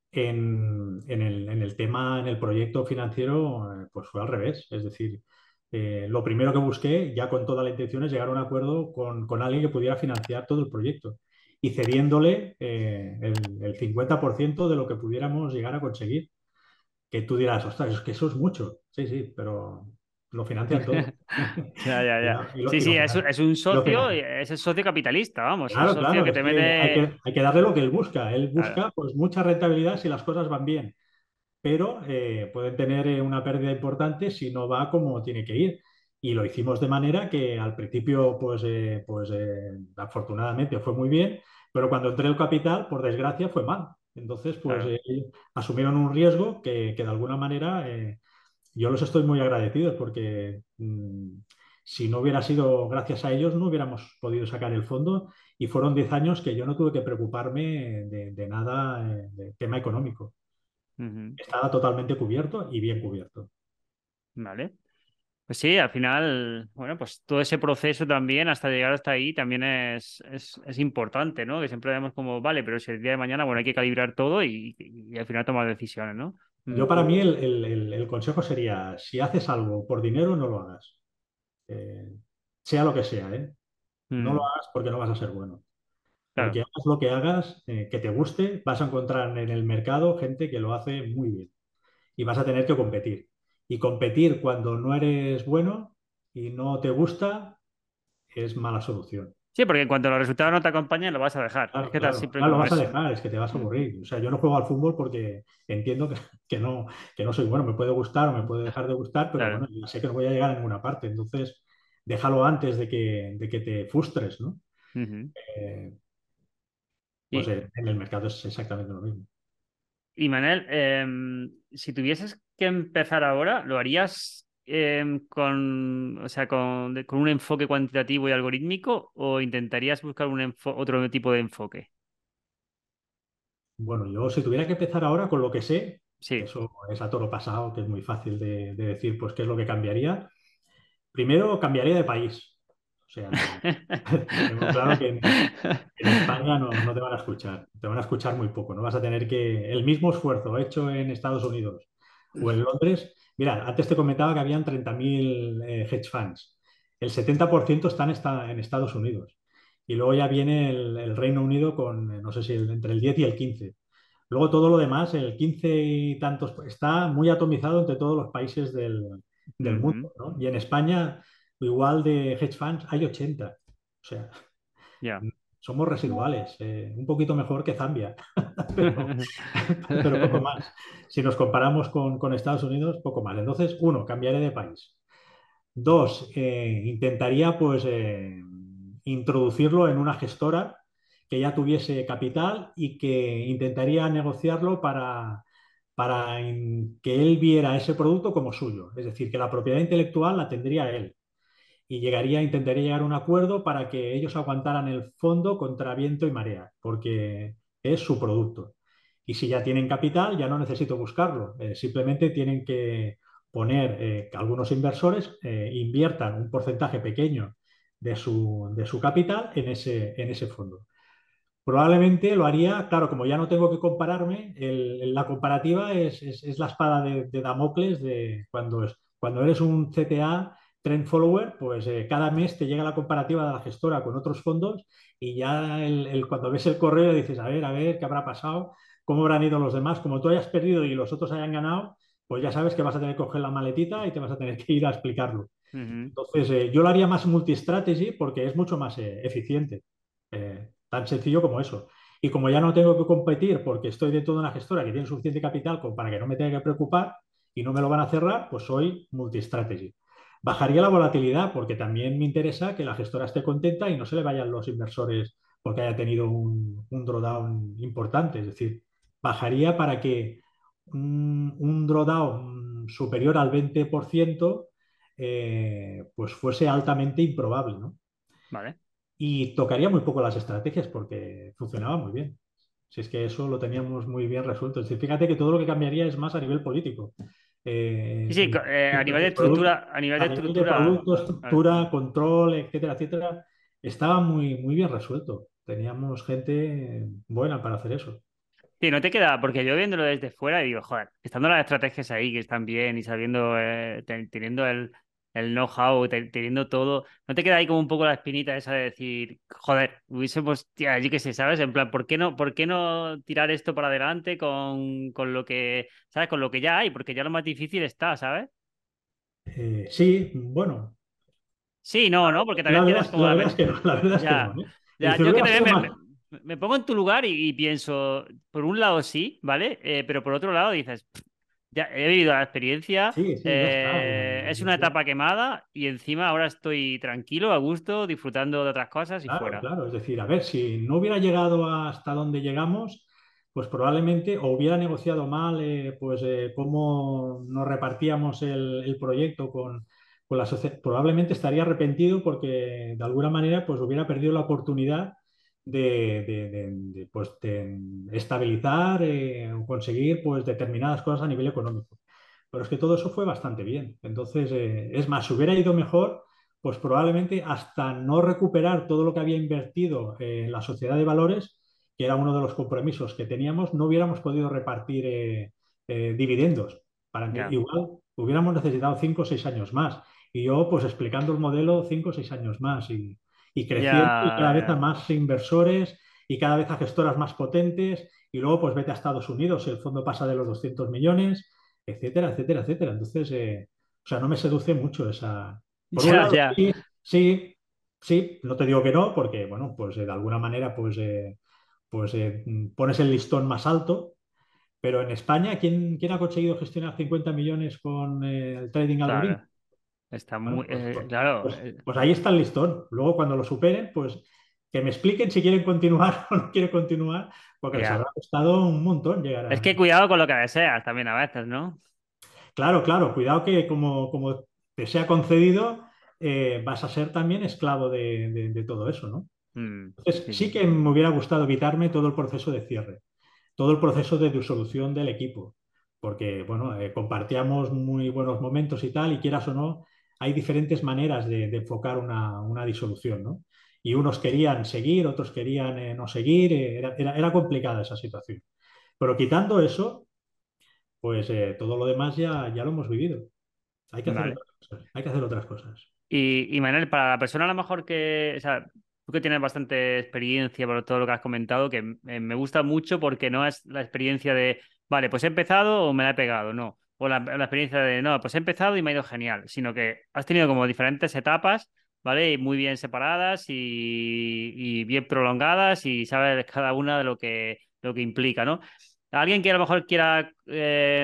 S2: En, en el, en el tema, en el proyecto financiero, eh, pues fue al revés. Es decir, eh, lo primero que busqué, ya con toda la intención, es llegar a un acuerdo con, con alguien que pudiera financiar todo el proyecto y cediéndole eh, el, el cincuenta por ciento de lo que pudiéramos llegar a conseguir. Que tú dirás, ostras, es que eso es mucho. Sí, sí, pero lo financian todo.
S1: Ya, ya,
S2: Y,
S1: ya.
S2: la- y lo,
S1: Sí,
S2: y
S1: sí,
S2: lo
S1: es, un-
S2: finan-
S1: es un
S2: y lo
S1: socio, y
S2: finan-
S1: es el socio capitalista, vamos, el
S2: Claro,
S1: socio
S2: claro,
S1: que
S2: es
S1: te
S2: que hay
S1: mete.
S2: que, hay que darle lo que él busca. Él
S1: Claro,
S2: busca pues mucha rentabilidad si las cosas van bien, pero eh, pueden tener eh, una pérdida importante si no va como tiene que ir. Y lo hicimos de manera que al principio, pues, eh, pues eh, afortunadamente fue muy bien, pero cuando entré el capital, por desgracia, fue mal. Entonces, pues
S1: claro.
S2: eh, asumieron un riesgo que, que de alguna manera eh, yo los estoy muy agradecidos porque mm, si no hubiera sido gracias a ellos, no hubiéramos podido sacar el fondo y fueron diez años que yo no tuve que preocuparme de, de nada, eh, de tema económico.
S1: Ujú.
S2: Estaba totalmente cubierto y bien cubierto.
S1: Vale. Pues sí, al final, bueno, pues todo ese proceso también, hasta llegar hasta ahí, también es, es, es importante, ¿no? Que siempre vemos como, vale, pero si el día de mañana, bueno, hay que calibrar todo y, y, y al final tomar decisiones, ¿no? Mm,
S2: Yo para mí el, el- el- el consejo sería, si haces algo por dinero, no lo hagas. Eh, sea lo que sea, ¿eh? No lo
S1: mm,
S2: hagas porque no vas a ser bueno. Porque
S1: claro.
S2: hagas lo que hagas, eh, que te guste, vas a encontrar en el mercado gente que lo hace muy bien. Y vas a tener que competir. Y competir cuando no eres bueno y no te gusta es mala solución.
S1: Sí, porque en cuanto los resultados no te acompañen, lo vas a dejar. Es
S2: Claro,
S1: que tan
S2: claro,
S1: simple
S2: claro, lo
S1: como
S2: vas a
S1: eso.
S2: dejar, es que te vas a
S1: Ujú.
S2: aburrir. O sea, yo no juego al fútbol porque entiendo que, que no, que no soy bueno, me puede gustar o me puede dejar de gustar, pero
S1: Claro.
S2: bueno, ya sé que no voy a llegar a ninguna parte. Entonces, déjalo antes de que, de que te frustres, ¿no?
S1: Ujú.
S2: Eh, pues
S1: Y,
S2: en, en el mercado es exactamente lo mismo.
S1: y Manel, em, si tuvieses que empezar ahora, ¿lo harías em, con, o sea, con, de- con un enfoque cuantitativo y algorítmico o intentarías buscar un enfo- otro tipo de enfoque?
S2: Bueno, yo si tuviera que empezar ahora con lo que sé, que
S1: Sí.
S2: eso es a toro pasado, que es muy fácil de, de decir, pues qué es lo que cambiaría. Primero cambiaría de país. O sea, no, tengo claro que en, en España no, no te van a escuchar, te van a escuchar muy poco, no vas a tener que el mismo esfuerzo hecho en Estados Unidos o en Londres. Mira, antes te comentaba que habían treinta mil eh, hedge funds. El setenta por ciento están esta- en Estados Unidos. Y luego ya viene el, el Reino Unido con, eh, no sé si el- entre el diez y el quince. Luego todo lo demás, el quince y tantos, está muy atomizado entre todos los países del, del mundo,
S1: Ujú.
S2: ¿no? Y en España, igual de hedge funds, hay ochenta. O sea,
S1: Ya.
S2: somos residuales, eh, un poquito mejor que Zambia, pero, pero poco más. Si nos comparamos con, con Estados Unidos, poco más. Entonces, uno, cambiaré de país. Dos, eh, intentaría pues eh, introducirlo en una gestora que ya tuviese capital y que intentaría negociarlo para, para in- que él viera ese producto como suyo. Es decir, que la propiedad intelectual la tendría él y llegaría, intentaría llegar a un acuerdo para que ellos aguantaran el fondo contra viento y marea, porque es su producto. Y si ya tienen capital, ya no necesito buscarlo. Eh, simplemente tienen que poner eh, que algunos inversores eh, inviertan un porcentaje pequeño de su, de su capital en ese, en ese fondo. Probablemente lo haría, claro, como ya no tengo que compararme, el- la comparativa es, es- es la espada de, de Damocles de cuando, es, cuando eres un C T A trend follower, pues eh, cada mes te llega la comparativa de la gestora con otros fondos y ya el, el- cuando ves el correo dices, a ver, a ver, ¿qué habrá pasado? ¿Cómo habrán ido los demás? Como tú hayas perdido y los otros hayan ganado, pues ya sabes que vas a tener que coger la maletita y te vas a tener que ir a explicarlo.
S1: Ujú.
S2: Entonces, eh, yo lo haría más multi-strategy porque es mucho más eh, eficiente. Eh, tan sencillo como eso. Y como ya no tengo que competir porque estoy dentro de una gestora que tiene suficiente capital como para que no me tenga que preocupar y no me lo van a cerrar, pues soy multi-strategy. Bajaría la volatilidad porque también me interesa que la gestora esté contenta y no se le vayan los inversores porque haya tenido un, un drawdown importante. Es decir, bajaría para que un, un drawdown superior al veinte por ciento eh, pues fuese altamente improbable, ¿no?
S1: Vale.
S2: Y tocaría muy poco las estrategias porque funcionaba muy bien. Si es que eso lo teníamos muy bien resuelto. Es decir, fíjate que todo lo que cambiaría es más a nivel político.
S1: Sí,
S2: Eh,
S1: sí, co-
S2: el-
S1: eh, a nivel de
S2: el produ-
S1: estructura, a nivel de
S2: a nivel de
S1: estructura,
S2: producto,
S1: vale.
S2: estructura, control, etcétera, etcétera, estaba muy, muy bien resuelto. Teníamos gente buena para hacer eso.
S1: Sí, no te queda, porque yo viéndolo desde fuera digo, joder, estando las estrategias ahí que están bien y sabiendo, eh, ten- teniendo el, el know-how, te- teniendo todo, ¿no te queda ahí como un poco la espinita esa de decir, joder, hubiésemos, tía, yo qué sé, ¿sabes? En plan, ¿por qué no, por qué no tirar esto para adelante con, con lo que, ¿sabes? Con lo que ya hay, porque ya lo más difícil está, ¿sabes?
S2: Eh, sí, bueno,
S1: Sí, no, ¿no? Porque también
S2: la verdad,
S1: tienes
S2: es-
S1: como
S2: la
S1: la
S2: verdad es
S1: men-
S2: que no, la verdad es que no,
S1: ya,
S2: ¿eh? Es
S1: ya,
S2: decir,
S1: yo que
S2: hubiera
S1: también
S2: sido
S1: me,
S2: más.
S1: me, me pongo en tu lugar y, y pienso, por un lado sí, ¿vale? Eh, pero por otro lado dices, ya he vivido la experiencia,
S2: Sí, sí, ya está.
S1: eh, es una etapa quemada y encima ahora estoy tranquilo, a gusto, disfrutando de otras cosas y
S2: Claro,
S1: fuera.
S2: claro. Es decir, a ver, si no hubiera llegado hasta donde llegamos, pues probablemente o hubiera negociado mal, eh, pues eh, cómo nos repartíamos el, el proyecto con, con la sociedad. Probablemente estaría arrepentido porque de alguna manera pues hubiera perdido la oportunidad de, de- de- de, pues, de estabilizar eh, o conseguir pues determinadas cosas a nivel económico. Pero es que todo eso fue bastante bien. Entonces, eh, es más, si hubiera ido mejor pues probablemente hasta no recuperar todo lo que había invertido eh, en la sociedad de valores, que era uno de los compromisos que teníamos, no hubiéramos podido repartir eh, eh, dividendos. Para que
S1: Ya,
S2: igual hubiéramos necesitado cinco o seis años más. Y yo, pues explicando el modelo cinco o seis años más y, y
S1: ya,
S2: creciendo y cada vez a
S1: ya.
S2: más inversores y cada vez a gestoras más potentes. Y luego, pues vete a Estados Unidos, el fondo pasa de los doscientos millones, etcétera, etcétera, etcétera. Entonces, eh, o sea, no me seduce mucho esa, por un
S1: Ya,
S2: lado,
S1: ya.
S2: sí, sí, sí, no te digo que no, porque, bueno, pues eh, de alguna manera, pues, eh, pues eh, mm, pones el listón más alto, pero en España, ¿quién, quién ha conseguido gestionar cincuenta millones con eh, el trading
S1: Claro,
S2: algorítmico?
S1: está
S2: Bueno,
S1: muy,
S2: pues,
S1: eh,
S2: pues,
S1: claro,
S2: pues-
S1: eh,
S2: pues ahí está el listón. Luego, cuando lo superen, pues que me expliquen si quieren continuar o no quieren continuar, porque les habrá
S1: ya.
S2: costado un montón llegar
S1: Es que
S2: a...
S1: cuidado con lo que deseas también a veces, ¿no?
S2: Claro, claro, cuidado que como, como te sea concedido, eh, vas a ser también esclavo de de- de todo eso, ¿no?
S1: Mm,
S2: Entonces,
S1: sí,
S2: sí
S1: sí.
S2: que me hubiera gustado evitarme todo el proceso de cierre, todo el proceso de disolución del equipo, porque, bueno, eh, compartíamos muy buenos momentos y tal, y quieras o no, hay diferentes maneras de, de enfocar una, una disolución, ¿no? Y unos querían seguir, otros querían eh, no seguir, eh, era, era- era complicada esa situación. Pero quitando eso, pues eh, todo lo demás ya, ya lo hemos vivido. Hay que hacer
S1: Vale.
S2: otras cosas, hay que hacer otras cosas.
S1: Y, y Manuel, para la persona a lo mejor que, o sea, tú que tienes bastante experiencia por todo lo que has comentado, que eh, me gusta mucho porque no es la experiencia de, vale, pues he empezado o me la he pegado, no. O la, la experiencia de, no, pues he empezado y me ha ido genial, sino que has tenido como diferentes etapas, ¿vale? Y muy bien separadas y, y bien prolongadas y sabes cada una de lo que, lo que implica, ¿no? Alguien que a lo mejor quiera eh,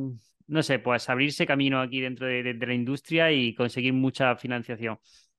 S1: no sé, pues abrirse camino aquí dentro de, de- de la industria y conseguir mucha financiación,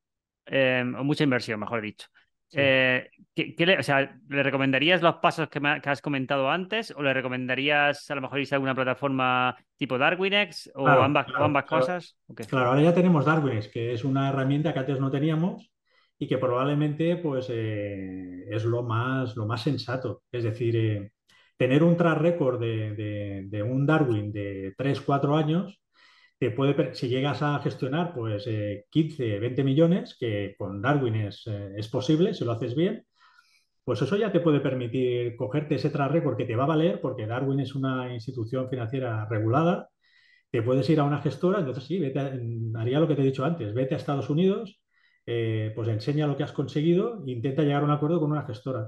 S1: eh, o mucha inversión, mejor dicho.
S2: Sí.
S1: Eh, ¿qué- qué le, o sea, ¿le recomendarías los pasos que, me ha- que has comentado antes o le recomendarías a lo mejor irse a alguna plataforma tipo Darwinex o
S2: Claro,
S1: ambas, o
S2: claro,
S1: ambas
S2: claro.
S1: cosas? ¿O qué?
S2: Claro, ahora ya tenemos Darwin's, que es una herramienta que antes no teníamos y que probablemente pues, eh, es lo más, lo más sensato. Es decir, eh, tener un track record de, de- de un Darwin de tres cuatro años, te puede, per- si llegas a gestionar pues, eh, quince, veinte millones, que con Darwin es, eh, es posible si lo haces bien, pues eso ya te puede permitir cogerte ese track record que te va a valer porque Darwin es una institución financiera regulada, te puedes ir a una gestora, entonces sí, vete a- haría lo que te he dicho antes, vete a Estados Unidos, eh, pues enseña lo que has conseguido e intenta llegar a un acuerdo con una gestora.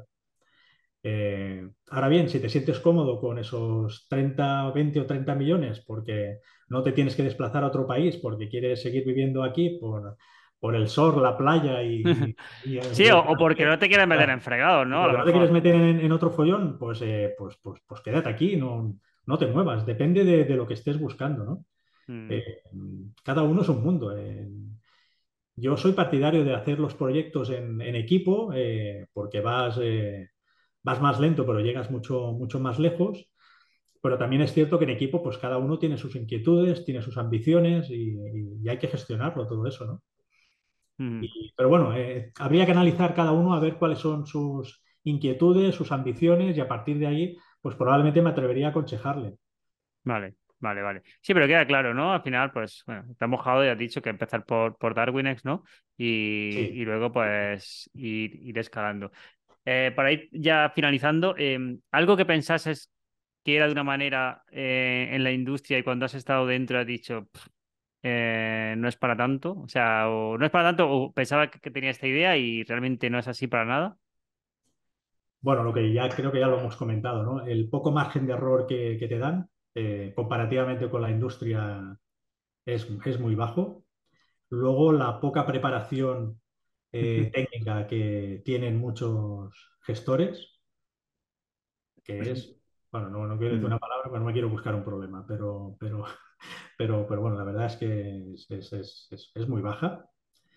S2: Eh, ahora bien, si te sientes cómodo con esos treinta, veinte o treinta millones porque no te tienes que desplazar a otro país, porque quieres seguir viviendo aquí por, por el sol, la playa y, y el,
S1: Sí,
S2: y
S1: o,
S2: el
S1: o porque no
S2: placer,
S1: te quieres meter en fregados,
S2: o
S1: ¿no? A lo
S2: porque no te quieres
S1: mejor.
S2: meter en, en otro follón, pues, eh, pues, pues, pues quédate aquí, no, no te muevas, depende de, de lo que estés buscando, ¿no?
S1: Mm,
S2: Eh, cada uno es un mundo. eh. Yo soy partidario de hacer los proyectos en, en equipo eh, porque vas, eh, vas más lento, pero llegas mucho, mucho más lejos. Pero también es cierto que en equipo, pues cada uno tiene sus inquietudes, tiene sus ambiciones y, y hay que gestionarlo todo eso, ¿no?
S1: mm,
S2: Y- pero bueno, eh, habría que analizar cada uno a ver cuáles son sus inquietudes, sus ambiciones y a partir de ahí, pues probablemente me atrevería a aconsejarle.
S1: Vale, vale, vale. Sí, pero queda claro, ¿no? Al final, pues, bueno, te has mojado y has dicho que empezar por, por Darwinex, ¿no? Y,
S2: Sí.
S1: y luego, pues, ir, ir escalando. Eh, para ir ya finalizando, eh, algo que pensases que era de una manera eh, en la industria y cuando has estado dentro has dicho, "Pff, eh, no es para tanto", o sea, o no es para tanto, o pensaba que, que tenía esta idea y realmente no es así para nada.
S2: Bueno, lo que ya creo que ya lo hemos comentado, ¿no? El poco margen de error que, que te dan, eh, comparativamente con la industria, es, es muy bajo. Luego, la poca preparación
S1: Ujú.
S2: eh, técnica que tienen muchos gestores, que es, bueno, no, no quiero decir
S1: Mm.
S2: una palabra, pero no me quiero buscar un problema, pero, pero, pero, pero bueno, la verdad es que es, es- es- es- es muy baja.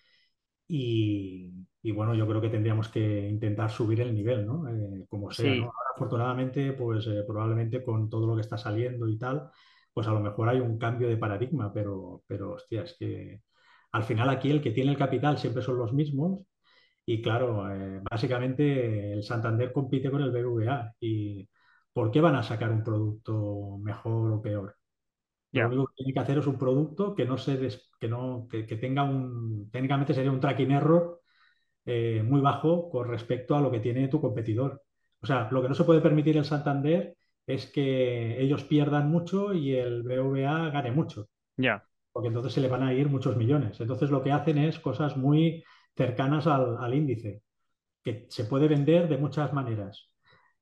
S2: Y, y bueno, yo creo que tendríamos que intentar subir el nivel, ¿no? Eh, como sea, ¿no?
S1: Sí,
S2: Ahora, afortunadamente, pues eh, probablemente con todo lo que está saliendo y tal, pues a lo mejor hay un cambio de paradigma, pero, pero hostia, es que al final aquí el que tiene el capital siempre son los mismos y claro, eh, básicamente el Santander compite con el B B V A y ¿por qué van a sacar un producto mejor o peor? Lo
S1: ya.
S2: único que tiene que hacer es un producto que no se des- que no, que, que tenga un, técnicamente sería un tracking error eh, muy bajo con respecto a lo que tiene tu competidor. O sea, lo que no se puede permitir el Santander es que ellos pierdan mucho y el B B V A gane mucho,
S1: Ya.
S2: porque entonces se le van a ir muchos millones. Entonces lo que hacen es cosas muy cercanas al, al índice, que se puede vender de muchas maneras.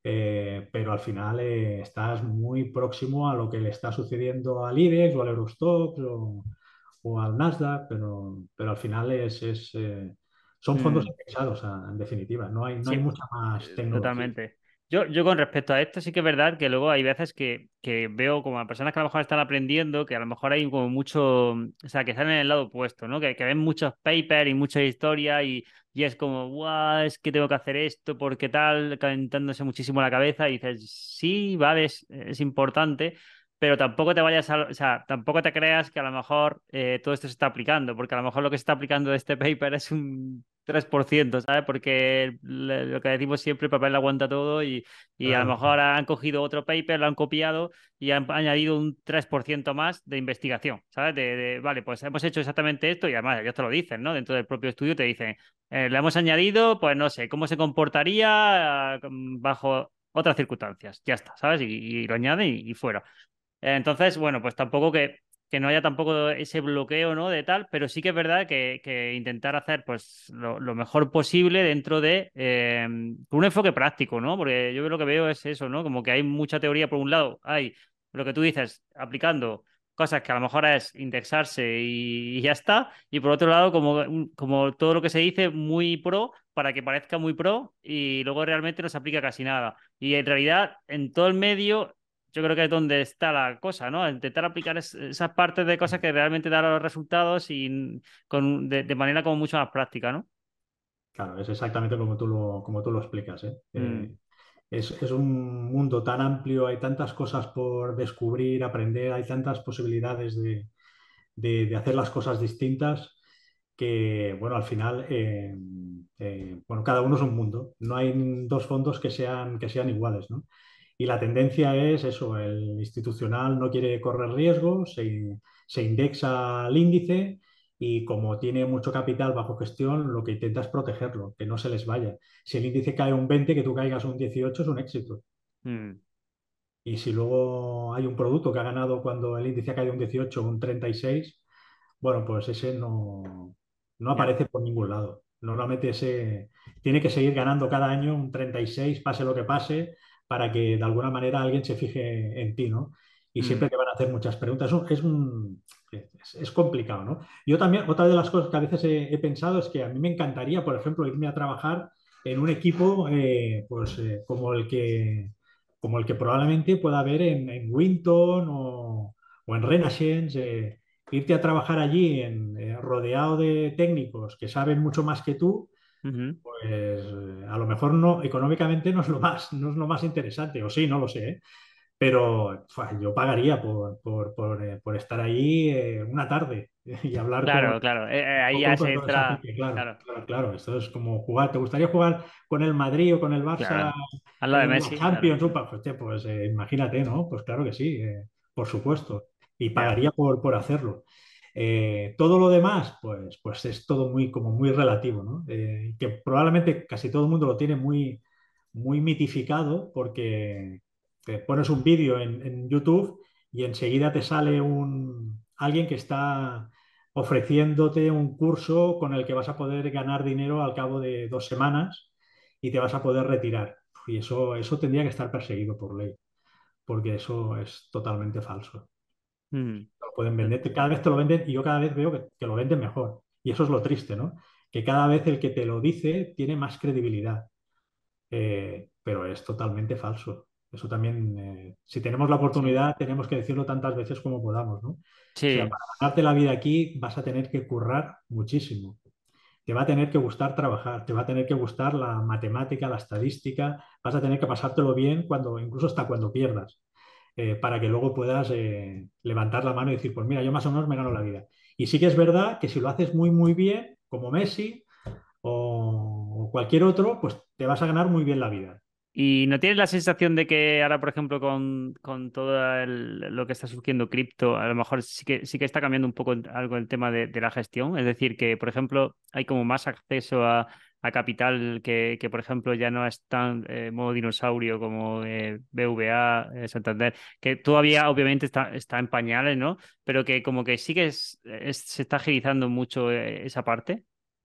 S2: Eh, pero al final eh, estás muy próximo a lo que le está sucediendo al IBEX o al Eurostoxx o, o al Nasdaq, pero, pero al final es, es, eh, son fondos
S1: Mm.
S2: indexados, a- en definitiva, no hay, no hay
S1: Sí,
S2: mucha más
S1: eh,
S2: tecnología.
S1: totalmente. Yo, yo con respecto a esto sí que es verdad que luego hay veces que, que veo como a personas que a lo mejor están aprendiendo, que a lo mejor hay como mucho, o sea, que están en el lado opuesto, ¿no? Que, que ven muchos papers y mucha historia y, y es como, guau, es que tengo que hacer esto porque tal, calentándose muchísimo la cabeza y dices, sí, vale, es, es importante. Pero tampoco te vayas a, o sea, tampoco te creas que a lo mejor eh, todo esto se está aplicando, porque a lo mejor lo que se está aplicando de este paper es un tres por ciento, ¿sabes? Porque le- lo que decimos siempre, el papel lo aguanta todo y, y a lo
S2: Claro,
S1: mejor han cogido otro paper, lo han copiado y han añadido un tres por ciento más de investigación, ¿sabes? De, de, vale, pues hemos hecho exactamente esto y además ellos te lo dicen, ¿no? Dentro del propio estudio te dicen, eh, le hemos añadido, pues no sé, cómo se comportaría eh, bajo otras circunstancias. Ya está, ¿sabes? Y, y lo añaden y, y fuera. Eh, Entonces, bueno, pues tampoco que, que no haya tampoco ese bloqueo, ¿no? De tal, pero sí que es verdad que, que intentar hacer pues lo, lo mejor posible dentro de eh, un enfoque práctico, ¿no? Porque yo lo que veo es eso, ¿no? Como que hay mucha teoría por un lado, hay lo que tú dices, aplicando cosas que a lo mejor es indexarse y, y ya está, y por otro lado, como, como todo lo que se dice muy pro para que parezca muy pro y luego realmente no se aplica casi nada. Y en realidad, en todo el medio yo creo que es donde está la cosa, ¿no? Intentar aplicar es- esas partes de cosas que realmente dan los resultados y con, de, de manera como mucho más práctica, ¿no?
S2: claro, es exactamente como tú lo, como tú lo explicas, ¿eh?
S1: Mm,
S2: Eh, es, es un mundo tan amplio, hay tantas cosas por descubrir, aprender, hay tantas posibilidades de, de- de hacer las cosas distintas que, bueno, al final, eh, eh, bueno, cada uno es un mundo. No hay dos fondos que sean, que sean iguales, ¿no? Y la tendencia es eso, el institucional no quiere correr riesgos, se, se indexa al índice y como tiene mucho capital bajo gestión, lo que intenta es protegerlo, que no se les vaya. Si el índice cae un veinte, que tú caigas un dieciocho es un éxito.
S1: mm,
S2: Y si luego hay un producto que ha ganado cuando el índice ha caído un dieciocho o un treinta y seis, bueno, pues ese no, no
S1: ya,
S2: aparece por ningún lado. Normalmente ese tiene que seguir ganando cada año un treinta y seis, pase lo que pase, para que de alguna manera alguien se fije en ti, ¿no? Y
S1: mm,
S2: siempre te van a hacer muchas preguntas. Es, un- es, un- es- es complicado, ¿no? Yo también, otra de las cosas que a veces he, he pensado es que a mí me encantaría, por ejemplo, irme a trabajar en un equipo eh, pues, eh, como el que, como el que probablemente pueda haber en, en Winton o, o en Renaissance. Eh, irte a trabajar allí en, eh, rodeado de técnicos que saben mucho más que tú,
S1: ujú.
S2: pues eh, a lo mejor no, económicamente no es lo más, no es lo más interesante, o sí, no lo sé, ¿eh? pero fua, yo pagaría por, por, por, eh, por estar ahí eh, una tarde y hablar con,
S1: Claro, claro. Eh, eh, ahí
S2: un
S1: ya
S2: poco de
S1: se
S2: toda esa
S1: entra.
S2: gente. Claro,
S1: Claro,
S2: claro, claro. Esto es como jugar. ¿Te gustaría jugar con el Madrid o con el Barça
S1: claro. Al lado de
S2: en la
S1: Messi, claro.
S2: Champions? Upa, pues, hostia, pues, eh, imagínate, ¿no? Pues claro que sí, eh, por supuesto. Y
S1: Ya.
S2: pagaría por, por hacerlo. Eh, todo lo demás, pues, pues es todo muy, como muy relativo, ¿no? Eh, que probablemente casi todo el mundo lo tiene muy, muy mitificado porque te pones un vídeo en, en YouTube y enseguida te sale un, alguien que está ofreciéndote un curso con el que vas a poder ganar dinero al cabo de dos semanas y te vas a poder retirar. Y eso, eso tendría que estar perseguido por ley, porque eso es totalmente falso.
S1: Mm.
S2: Lo pueden vender, te- cada vez te lo venden y yo cada vez veo que, que lo venden mejor. Y eso es lo triste, ¿no? Que cada vez el que te lo dice tiene más credibilidad. Eh, pero es totalmente falso. Eso también, eh, si tenemos la
S1: Sí.
S2: oportunidad, tenemos que decirlo tantas veces como podamos, ¿no? O sea,
S1: Sí.
S2: para ganarte la vida aquí vas a tener que currar muchísimo. Te va a tener que gustar trabajar, te va a tener que gustar la matemática, la estadística, vas a tener que pasártelo bien cuando, incluso hasta cuando pierdas, eh, para que luego puedas eh, levantar la mano y decir, pues mira, yo más o menos me gano la vida. Y sí que es verdad que si lo haces muy, muy bien, como Messi o, o cualquier otro, pues te vas a ganar muy bien la vida.
S1: ¿Y no tienes la sensación de que ahora, por ejemplo, con, con todo el- lo que está surgiendo cripto, a lo mejor sí que, sí que está cambiando un poco algo el tema de, de la gestión? Es decir, que, por ejemplo, hay como más acceso a, a capital que, que, por ejemplo, ya no es tan eh, modo dinosaurio como eh, B V A, eh, Santander, que todavía obviamente está, está en pañales, ¿no? Pero que como que sí que es, es- se está agilizando mucho eh, esa parte.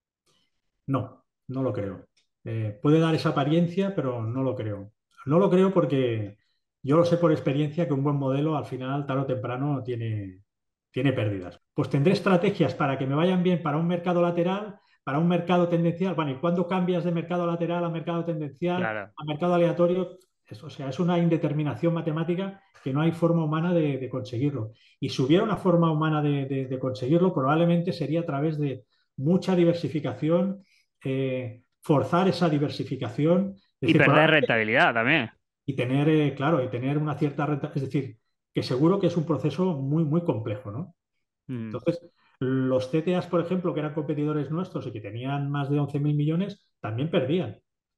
S2: No, no lo creo. Eh, puede dar esa apariencia, pero no lo creo. No lo creo porque yo lo sé por experiencia que un buen modelo al final, tarde o temprano, tiene, tiene pérdidas. Pues tendré estrategias para que me vayan bien para un mercado lateral, para un mercado tendencial. Bueno, ¿y cuándo cambias de mercado lateral a mercado tendencial,
S1: Claro.
S2: a mercado aleatorio? Es- o sea, es una indeterminación matemática que no hay forma humana de, de conseguirlo. Y si hubiera una forma humana de, de de conseguirlo, probablemente sería a través de mucha diversificación, eh, forzar esa diversificación, es
S1: Y
S2: decir,
S1: perder
S2: probablemente,
S1: rentabilidad también.
S2: y tener, eh, claro, y tener una cierta renta, es decir, que seguro que es un proceso muy, muy complejo, ¿no?
S1: Mm.
S2: Entonces, los C T As, por ejemplo, que eran competidores nuestros y que tenían más de once mil millones, también perdían.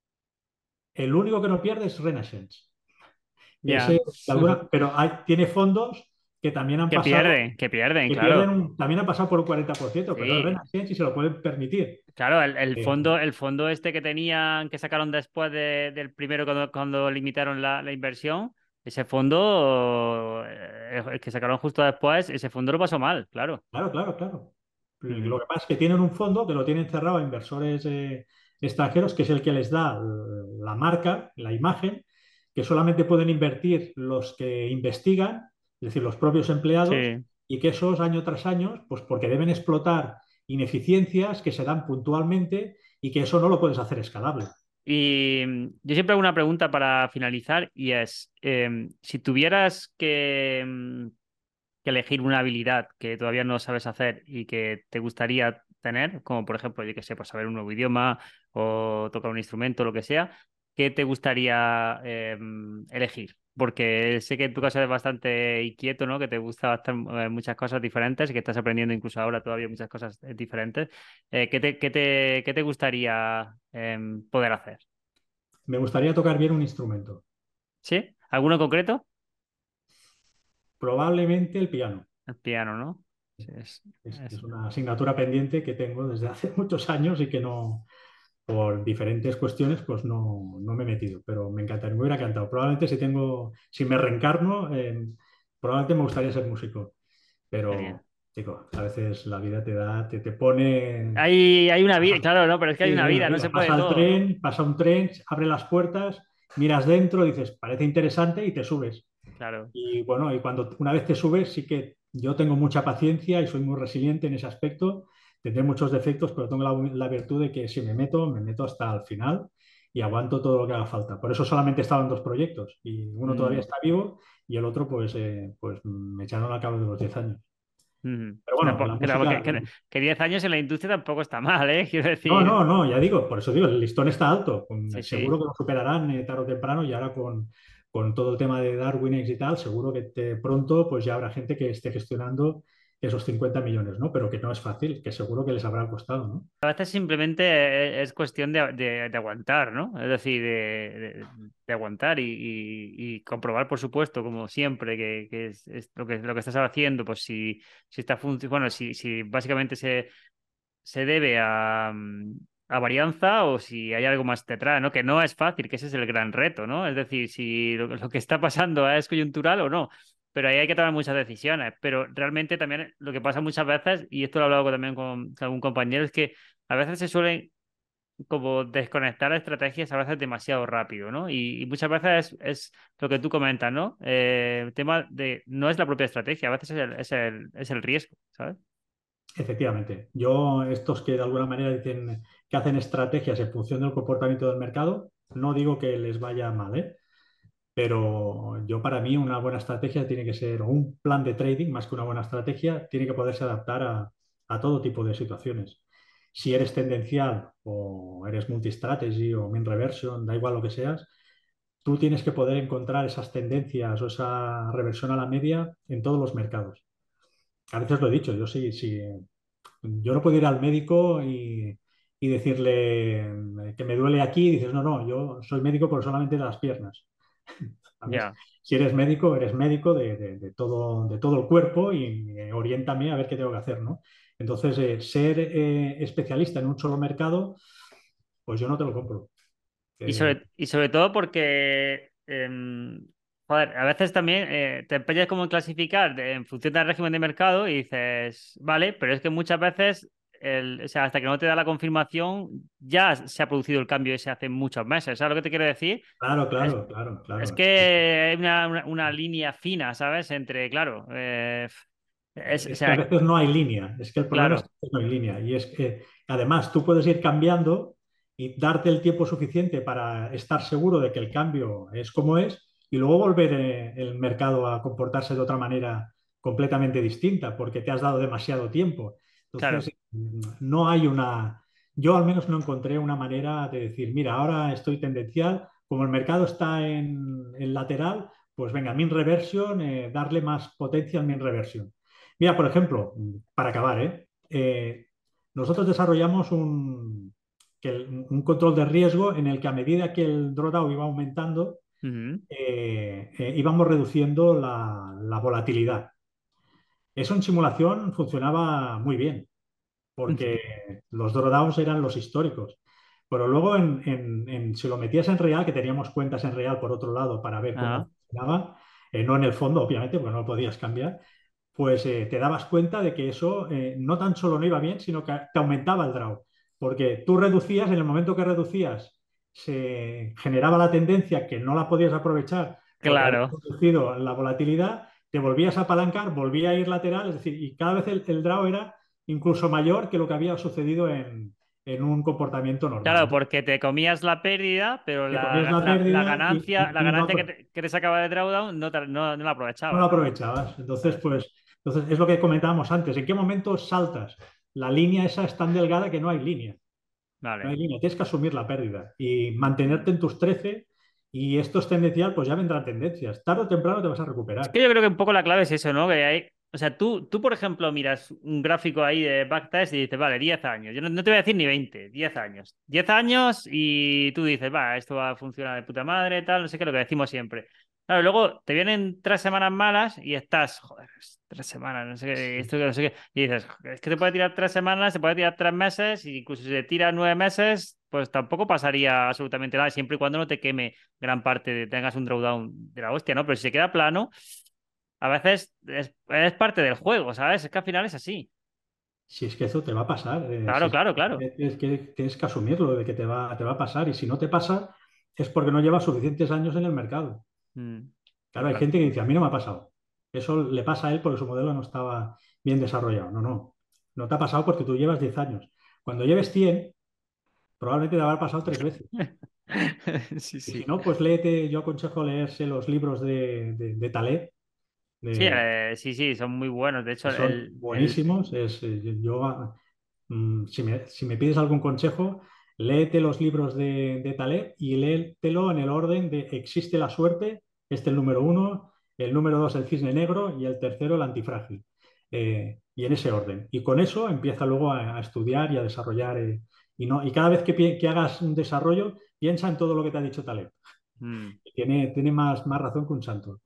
S2: El único que no pierde es Renaissance. Y ese,
S1: Ya.
S2: de alguna, pero hay, tiene fondos que también han
S1: Que
S2: pasado,
S1: pierden, que pierden,
S2: que pierden
S1: claro.
S2: un, también han pasado por un cuarenta por ciento, pero es
S1: Sí,
S2: Renaissance y se lo pueden permitir.
S1: claro, el, el
S2: Eh,
S1: fondo, el fondo este que tenían, que sacaron después de- del primero cuando, cuando limitaron la, la inversión, ese fondo eh, el que sacaron justo después, ese fondo lo pasó mal, claro.
S2: Claro, claro, claro.
S1: Ujú.
S2: Lo que pasa es que tienen un fondo que lo tienen cerrado a inversores eh, extranjeros, que es el que les da la marca, la imagen, que solamente pueden invertir los que investigan, es decir, los propios empleados,
S1: Sí.
S2: y que esos año tras año, pues porque deben explotar ineficiencias que se dan puntualmente y que eso no lo puedes hacer escalable.
S1: Y mm, yo siempre hago una pregunta para finalizar y es, em, si tuvieras que, mm, que elegir una habilidad que todavía no sabes hacer y que te gustaría tener, como por ejemplo, yo que sé, pues saber un nuevo idioma o tocar un instrumento, lo que sea, ¿qué te gustaría eh, elegir? Porque sé que en tu caso eres bastante inquieto, ¿no? Que te gusta bastante, eh, muchas cosas diferentes y que estás aprendiendo incluso ahora todavía muchas cosas eh, diferentes. Eh, ¿qué te, qué te, qué te gustaría em, poder hacer?
S2: Me gustaría tocar bien un instrumento,
S1: ¿Sí? ¿Alguno en concreto?
S2: probablemente el piano.
S1: El piano, ¿no? Sí, es,
S2: Es,
S1: es-
S2: es una asignatura pendiente que tengo desde hace muchos años y que no, por diferentes cuestiones, pues no, no me he metido, pero me encantaría, me hubiera encantado. Probablemente si tengo, si me reencarno, eh, probablemente me gustaría ser músico,
S1: Genial.
S2: pero, chico, a veces la vida te da, te, te pone,
S1: Hay, hay una vida,
S2: pasa,
S1: claro, no, pero es que hay
S2: sí,
S1: una
S2: hay una
S1: vida, no se
S2: vida,
S1: puede
S2: pasa el
S1: todo.
S2: tren, pasa un tren, abre las puertas, miras dentro, dices, parece interesante y te subes.
S1: Claro.
S2: Y bueno, y cuando una vez te subes, sí que yo tengo mucha paciencia y soy muy resiliente en ese aspecto. Tendré muchos defectos, pero tengo la, la virtud de que si me meto, me meto hasta el final y aguanto todo lo que haga falta. Por eso solamente he estado en dos proyectos y uno todavía
S1: Mm,
S2: está vivo y el otro pues, eh, pues me echaron al cabo de los diez años.
S1: mm.
S2: Pero
S1: Que,
S2: bueno,
S1: tampoco-
S2: la
S1: que, tampoco-
S2: música,
S1: que, que- que diez años en la industria tampoco está mal, ¿eh? Quiero
S2: no,
S1: decir.
S2: no, no, ya digo, por eso digo, el listón está alto. Con-
S1: Sí,
S2: seguro
S1: sí.
S2: que lo superarán eh, tarde o temprano y ahora con, con todo el tema de Darwinex y tal, seguro que te- pronto pues ya habrá gente que esté gestionando esos cincuenta millones, ¿no? Pero que no es fácil, que seguro que les habrá costado, ¿no?
S1: A veces simplemente e- es cuestión de, de- de aguantar, ¿no? Es decir, de, de- de aguantar y, y- y comprobar, por supuesto, como siempre, que, que es, es lo que lo que estás haciendo, pues si, si está funcionando, bueno, si, si básicamente se, se debe a, mm, a varianza o si hay algo más detrás, ¿no? Que no es fácil, que ese es el gran reto, ¿no? Es decir, si lo, lo que está pasando es coyuntural o no. Pero ahí hay que tomar muchas decisiones. Pero realmente también lo que pasa muchas veces, y esto lo he hablado también con, con algún compañero, es que a veces se suelen como desconectar estrategias a veces demasiado rápido, ¿no? Y, y muchas veces es, es lo que tú comentas, ¿no? Eh, el tema de no es la propia estrategia, a veces es el, es el, es el riesgo, ¿sabes?
S2: Efectivamente. Yo, estos que de alguna manera dicen que hacen estrategias en función del comportamiento del mercado, no digo que les vaya mal, ¿eh? Pero yo para mí una buena estrategia tiene que ser, o un plan de trading, más que una buena estrategia, tiene que poderse adaptar a, a todo tipo de situaciones. Si eres tendencial o eres multi-strategy o mean reversion, da igual lo que seas, tú tienes que poder encontrar esas tendencias o esa reversión a la media en todos los mercados. A veces lo he dicho, yo sí, sí, yo no puedo ir al médico y, y decirle que me duele aquí y dices, no, no, yo soy médico por solamente de las piernas. ¿Sabes?
S1: Ya.
S2: Si eres médico, eres médico de, de- de todo, de todo el cuerpo y eh, oriéntame a ver qué tengo que hacer, ¿no? Entonces, eh, ser eh, especialista en un solo mercado, pues yo no te lo compro.
S1: Y
S2: Eh,
S1: sobre, y sobre todo porque, em, joder, a veces también eh, te empeñas como en clasificar de- en función del régimen de mercado y dices, vale, pero es que muchas veces, el, o sea, hasta que no te da la confirmación, ya se ha producido el cambio ese hace muchos meses. ¿Sabes lo que te quiero decir?
S2: claro,
S1: Es,
S2: claro, claro,
S1: es
S2: claro. Es que,
S1: que hay una, una- una línea fina, ¿sabes? Entre, claro, eh, es, o
S2: es que a
S1: sea,
S2: veces no hay línea, es que el problema es
S1: claro,
S2: que no hay línea. Y es que además tú puedes ir cambiando y darte el tiempo suficiente para estar seguro de que el cambio es como es y luego volver eh, el mercado a comportarse de otra manera completamente distinta porque te has dado demasiado tiempo.
S1: claro.
S2: Entonces, mm, no hay una, yo al menos no encontré una manera de decir, mira, ahora estoy tendencial, como el mercado está en, en lateral, pues venga, mean reversion, eh, darle más potencia al mean reversion. Mira, por ejemplo, para acabar, ¿eh? Eh, nosotros desarrollamos un, que el- un control de riesgo en el que a medida que el drawdown iba aumentando,
S1: Ujú,
S2: eh, eh, íbamos reduciendo la, la volatilidad. Eso en simulación funcionaba muy bien,
S1: ujú.
S2: porque los drawdowns eran los históricos. Pero luego, en, en- en- si lo metías en real, que teníamos cuentas en real por otro lado para ver cómo
S1: Ajá,
S2: funcionaba, eh, no en el fondo, obviamente, porque no lo podías cambiar, pues eh, te dabas cuenta de que eso eh, no tan solo no iba bien, sino que te aumentaba el draw. Porque tú reducías, en el momento que reducías, se generaba la tendencia que no la podías aprovechar porque habías
S1: claro.
S2: reducido la volatilidad, te volvías a apalancar, volvía a ir lateral, es decir, y cada vez el, el draw era incluso mayor que lo que había sucedido en, en un comportamiento normal,
S1: Claro,
S2: ¿no?
S1: porque te comías la pérdida, pero
S2: Te comías
S1: la,
S2: la
S1: la- la
S2: pérdida y,
S1: ganancia, la
S2: y- y no,
S1: ganancia que te, que te sacaba de drawdown no, te- no, no la
S2: no lo
S1: aprovechabas, ¿no?
S2: aprovechabas. Entonces,
S1: ¿Sabes?
S2: pues, entonces es lo que comentábamos antes. ¿En qué momento saltas? La línea esa es tan delgada que no hay línea. No hay
S1: Vale.
S2: línea. Tienes que asumir la pérdida y mantenerte en tus trece. Y esto es tendencial, pues ya vendrán tendencias. Tarde o temprano te vas a
S1: Es
S2: recuperar.
S1: que yo creo que un poco la clave es eso, ¿no? Que hay, o sea, tú, tú, por ejemplo, miras un gráfico ahí de backtest y dices, vale, diez años. Yo no, no te voy a decir ni veinte, diez años. Diez años y tú dices, va, esto va a funcionar de puta madre, tal, no sé qué, lo que decimos siempre. Claro, luego te vienen tres semanas malas y estás, joder, es tres semanas, no sé qué,
S2: Sí,
S1: esto que no sé qué. Y dices, es que se puede tirar tres semanas, se puede tirar tres meses, y incluso si se tira nueve meses, pues tampoco pasaría absolutamente nada, siempre y cuando no te queme gran parte de, tengas un drawdown de la hostia, ¿no? Pero si se queda plano, a veces es, es parte del juego, ¿sabes? Es que al final es así.
S2: si es que eso te va a pasar. eh, si
S1: Claro,
S2: es
S1: claro,
S2: que
S1: claro.
S2: tienes que, tienes que asumirlo de que te va, te va a pasar. Y si no te pasa, es porque no llevas suficientes años en el mercado.
S1: Mm,
S2: Claro, hay
S1: claro.
S2: gente que dice, a mí no me ha pasado. Eso le pasa a él porque su modelo no estaba bien desarrollado. No, no. No te ha pasado porque tú llevas diez años. Cuando lleves cien, probablemente te habrá pasado tres veces.
S1: Sí,
S2: Y si
S1: sí.
S2: no, pues léete, yo aconsejo leerse los libros de, de, de Taleb,
S1: Sí,
S2: de,
S1: eh, sí, sí, son muy buenos. De hecho,
S2: que son
S1: el, el,
S2: buenísimos. Es, eh, yo, mm, si me, si me pides algún consejo, léete los libros de, de Taleb y léetelo en el orden de existe la suerte este el número uno, el número dos el cisne negro y el tercero el antifrágil. Eh, y en ese orden. Y con eso empieza luego a, a estudiar y a desarrollar. Eh, y, no, y cada vez que, pi- que hagas un desarrollo, piensa en todo lo que te ha dicho Taleb.
S1: Mm.
S2: Tiene, tiene más, más razón que un santo.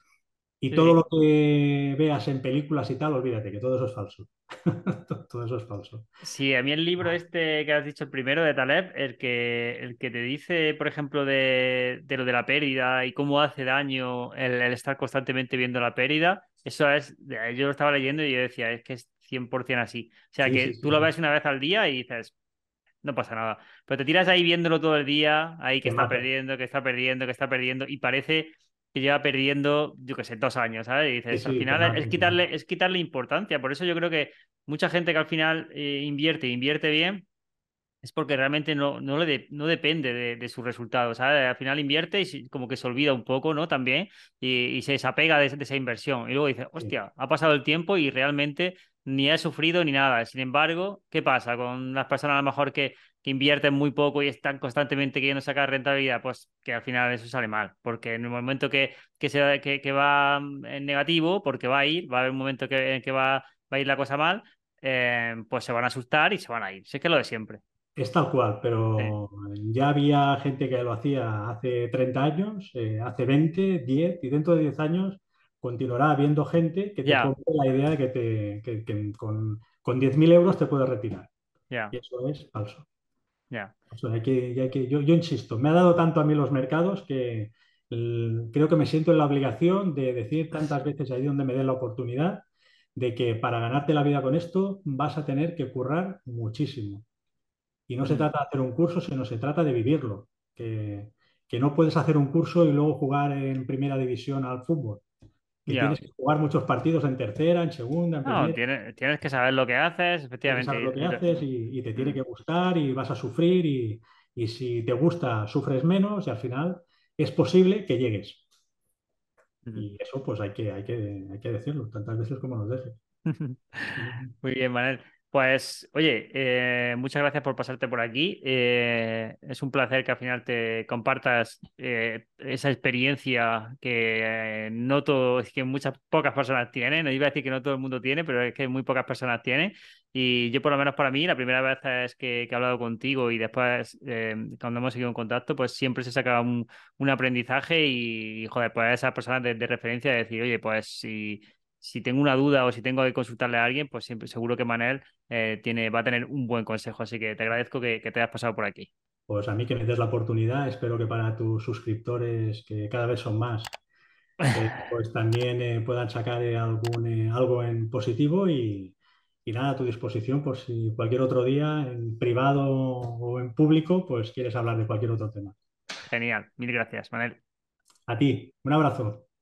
S2: Y
S1: Sí,
S2: todo lo
S1: sí.
S2: que veas en películas y tal, olvídate que todo eso es falso. Todo eso es falso.
S1: Sí, a mí el libro este que has dicho, el primero de Taleb, el que, el que te dice, por ejemplo, de, de lo de la pérdida y cómo hace daño el, el estar constantemente viendo la pérdida, eso es, yo lo estaba leyendo y yo decía, es que es cien por ciento así. O sea,
S2: Sí, sí,
S1: que
S2: sí,
S1: tú lo
S2: sí.
S1: ves una vez al día y dices, no pasa nada. Pero te tiras ahí viéndolo todo el día, ahí que
S2: Te
S1: está
S2: mata.
S1: perdiendo, que está perdiendo, que está perdiendo, y parece que lleva perdiendo, yo qué sé, dos años, ¿sabes? Y
S2: Sí,
S1: dices, al
S2: sí, te
S1: final es
S2: mata.
S1: quitarle, es quitarle importancia. Por eso yo creo que mucha gente que al final eh, invierte, invierte bien es porque realmente no, no, le de- no depende de, de sus resultados, ¿sabes? Al final invierte y si- como que se olvida un poco, ¿no? También y, y se desapega de, de esa inversión. Y luego dice,
S2: Sí.
S1: hostia, ha pasado el tiempo y realmente ni he sufrido ni nada. Sin embargo, ¿qué pasa con las personas a lo mejor que, que invierten muy poco y están constantemente queriendo sacar rentabilidad? Pues que al final eso sale mal, porque en el momento que, que, se, que, que va en negativo, porque va a ir, va a haber un momento que, en que va, va a ir la cosa mal, eh, pues se van a asustar y se van a ir. Si es que es lo de siempre.
S2: Es tal cual,
S1: Sí.
S2: pero ya había gente que lo hacía hace treinta años, eh, hace veinte, diez y dentro de diez años continuará habiendo gente que te
S1: Ya.
S2: compre la idea de que, te, que- que con, con diez mil euros te puedes retirar.
S1: Ya,
S2: Y eso es falso.
S1: ya.
S2: O sea, hay que, hay que, yo, yo insisto, me ha dado tanto a mí los mercados que el- creo que me siento en la obligación de decir tantas veces ahí donde me den la oportunidad de que para ganarte la vida con esto vas a tener que currar muchísimo. Y no se
S1: Mm,
S2: trata de hacer un curso, sino se trata de vivirlo. Que, que no puedes hacer un curso y luego jugar en primera división al fútbol. Que tienes
S1: ya.
S2: que jugar muchos partidos en tercera, en segunda, en
S1: No,
S2: primera.
S1: tienes, tienes que saber lo que haces,
S2: Tienes que
S1: efectivamente.
S2: saber lo que
S1: Y- y lo-
S2: haces y, y te tiene
S1: mm,
S2: que gustar y vas a sufrir. Y, y si te gusta, sufres menos y al final es posible que llegues.
S1: mm.
S2: Y eso pues hay que, hay que, hay que decirlo tantas veces como nos dejes.
S1: Muy bien, Manel. Pues, oye, eh, muchas gracias por pasarte por aquí. Eh, es un placer que al final te compartas eh, esa experiencia que eh, no todo, es que muchas pocas personas tienen. No iba a decir que no todo el mundo tiene, pero es que muy pocas personas tienen. Y yo, por lo menos para mí, la primera vez es que, que he hablado contigo y después, eh, cuando hemos seguido en contacto, pues siempre se saca un, un aprendizaje y, joder, pues esas personas de, de referencia de decir, oye, pues si si tengo una duda o si tengo que consultarle a alguien, pues siempre seguro que Manel eh, tiene, va a tener un buen consejo. Así que te agradezco que, que te hayas pasado por aquí.
S2: Pues a mí que me des la oportunidad, espero que para tus suscriptores, que cada vez son más, eh, pues también eh, puedan sacar eh, algún, eh, algo en positivo y, y nada, a tu disposición por si cualquier otro día, en privado o en público, pues quieres hablar de cualquier otro tema.
S1: Genial. Mil gracias, Manel.
S2: A ti, un abrazo.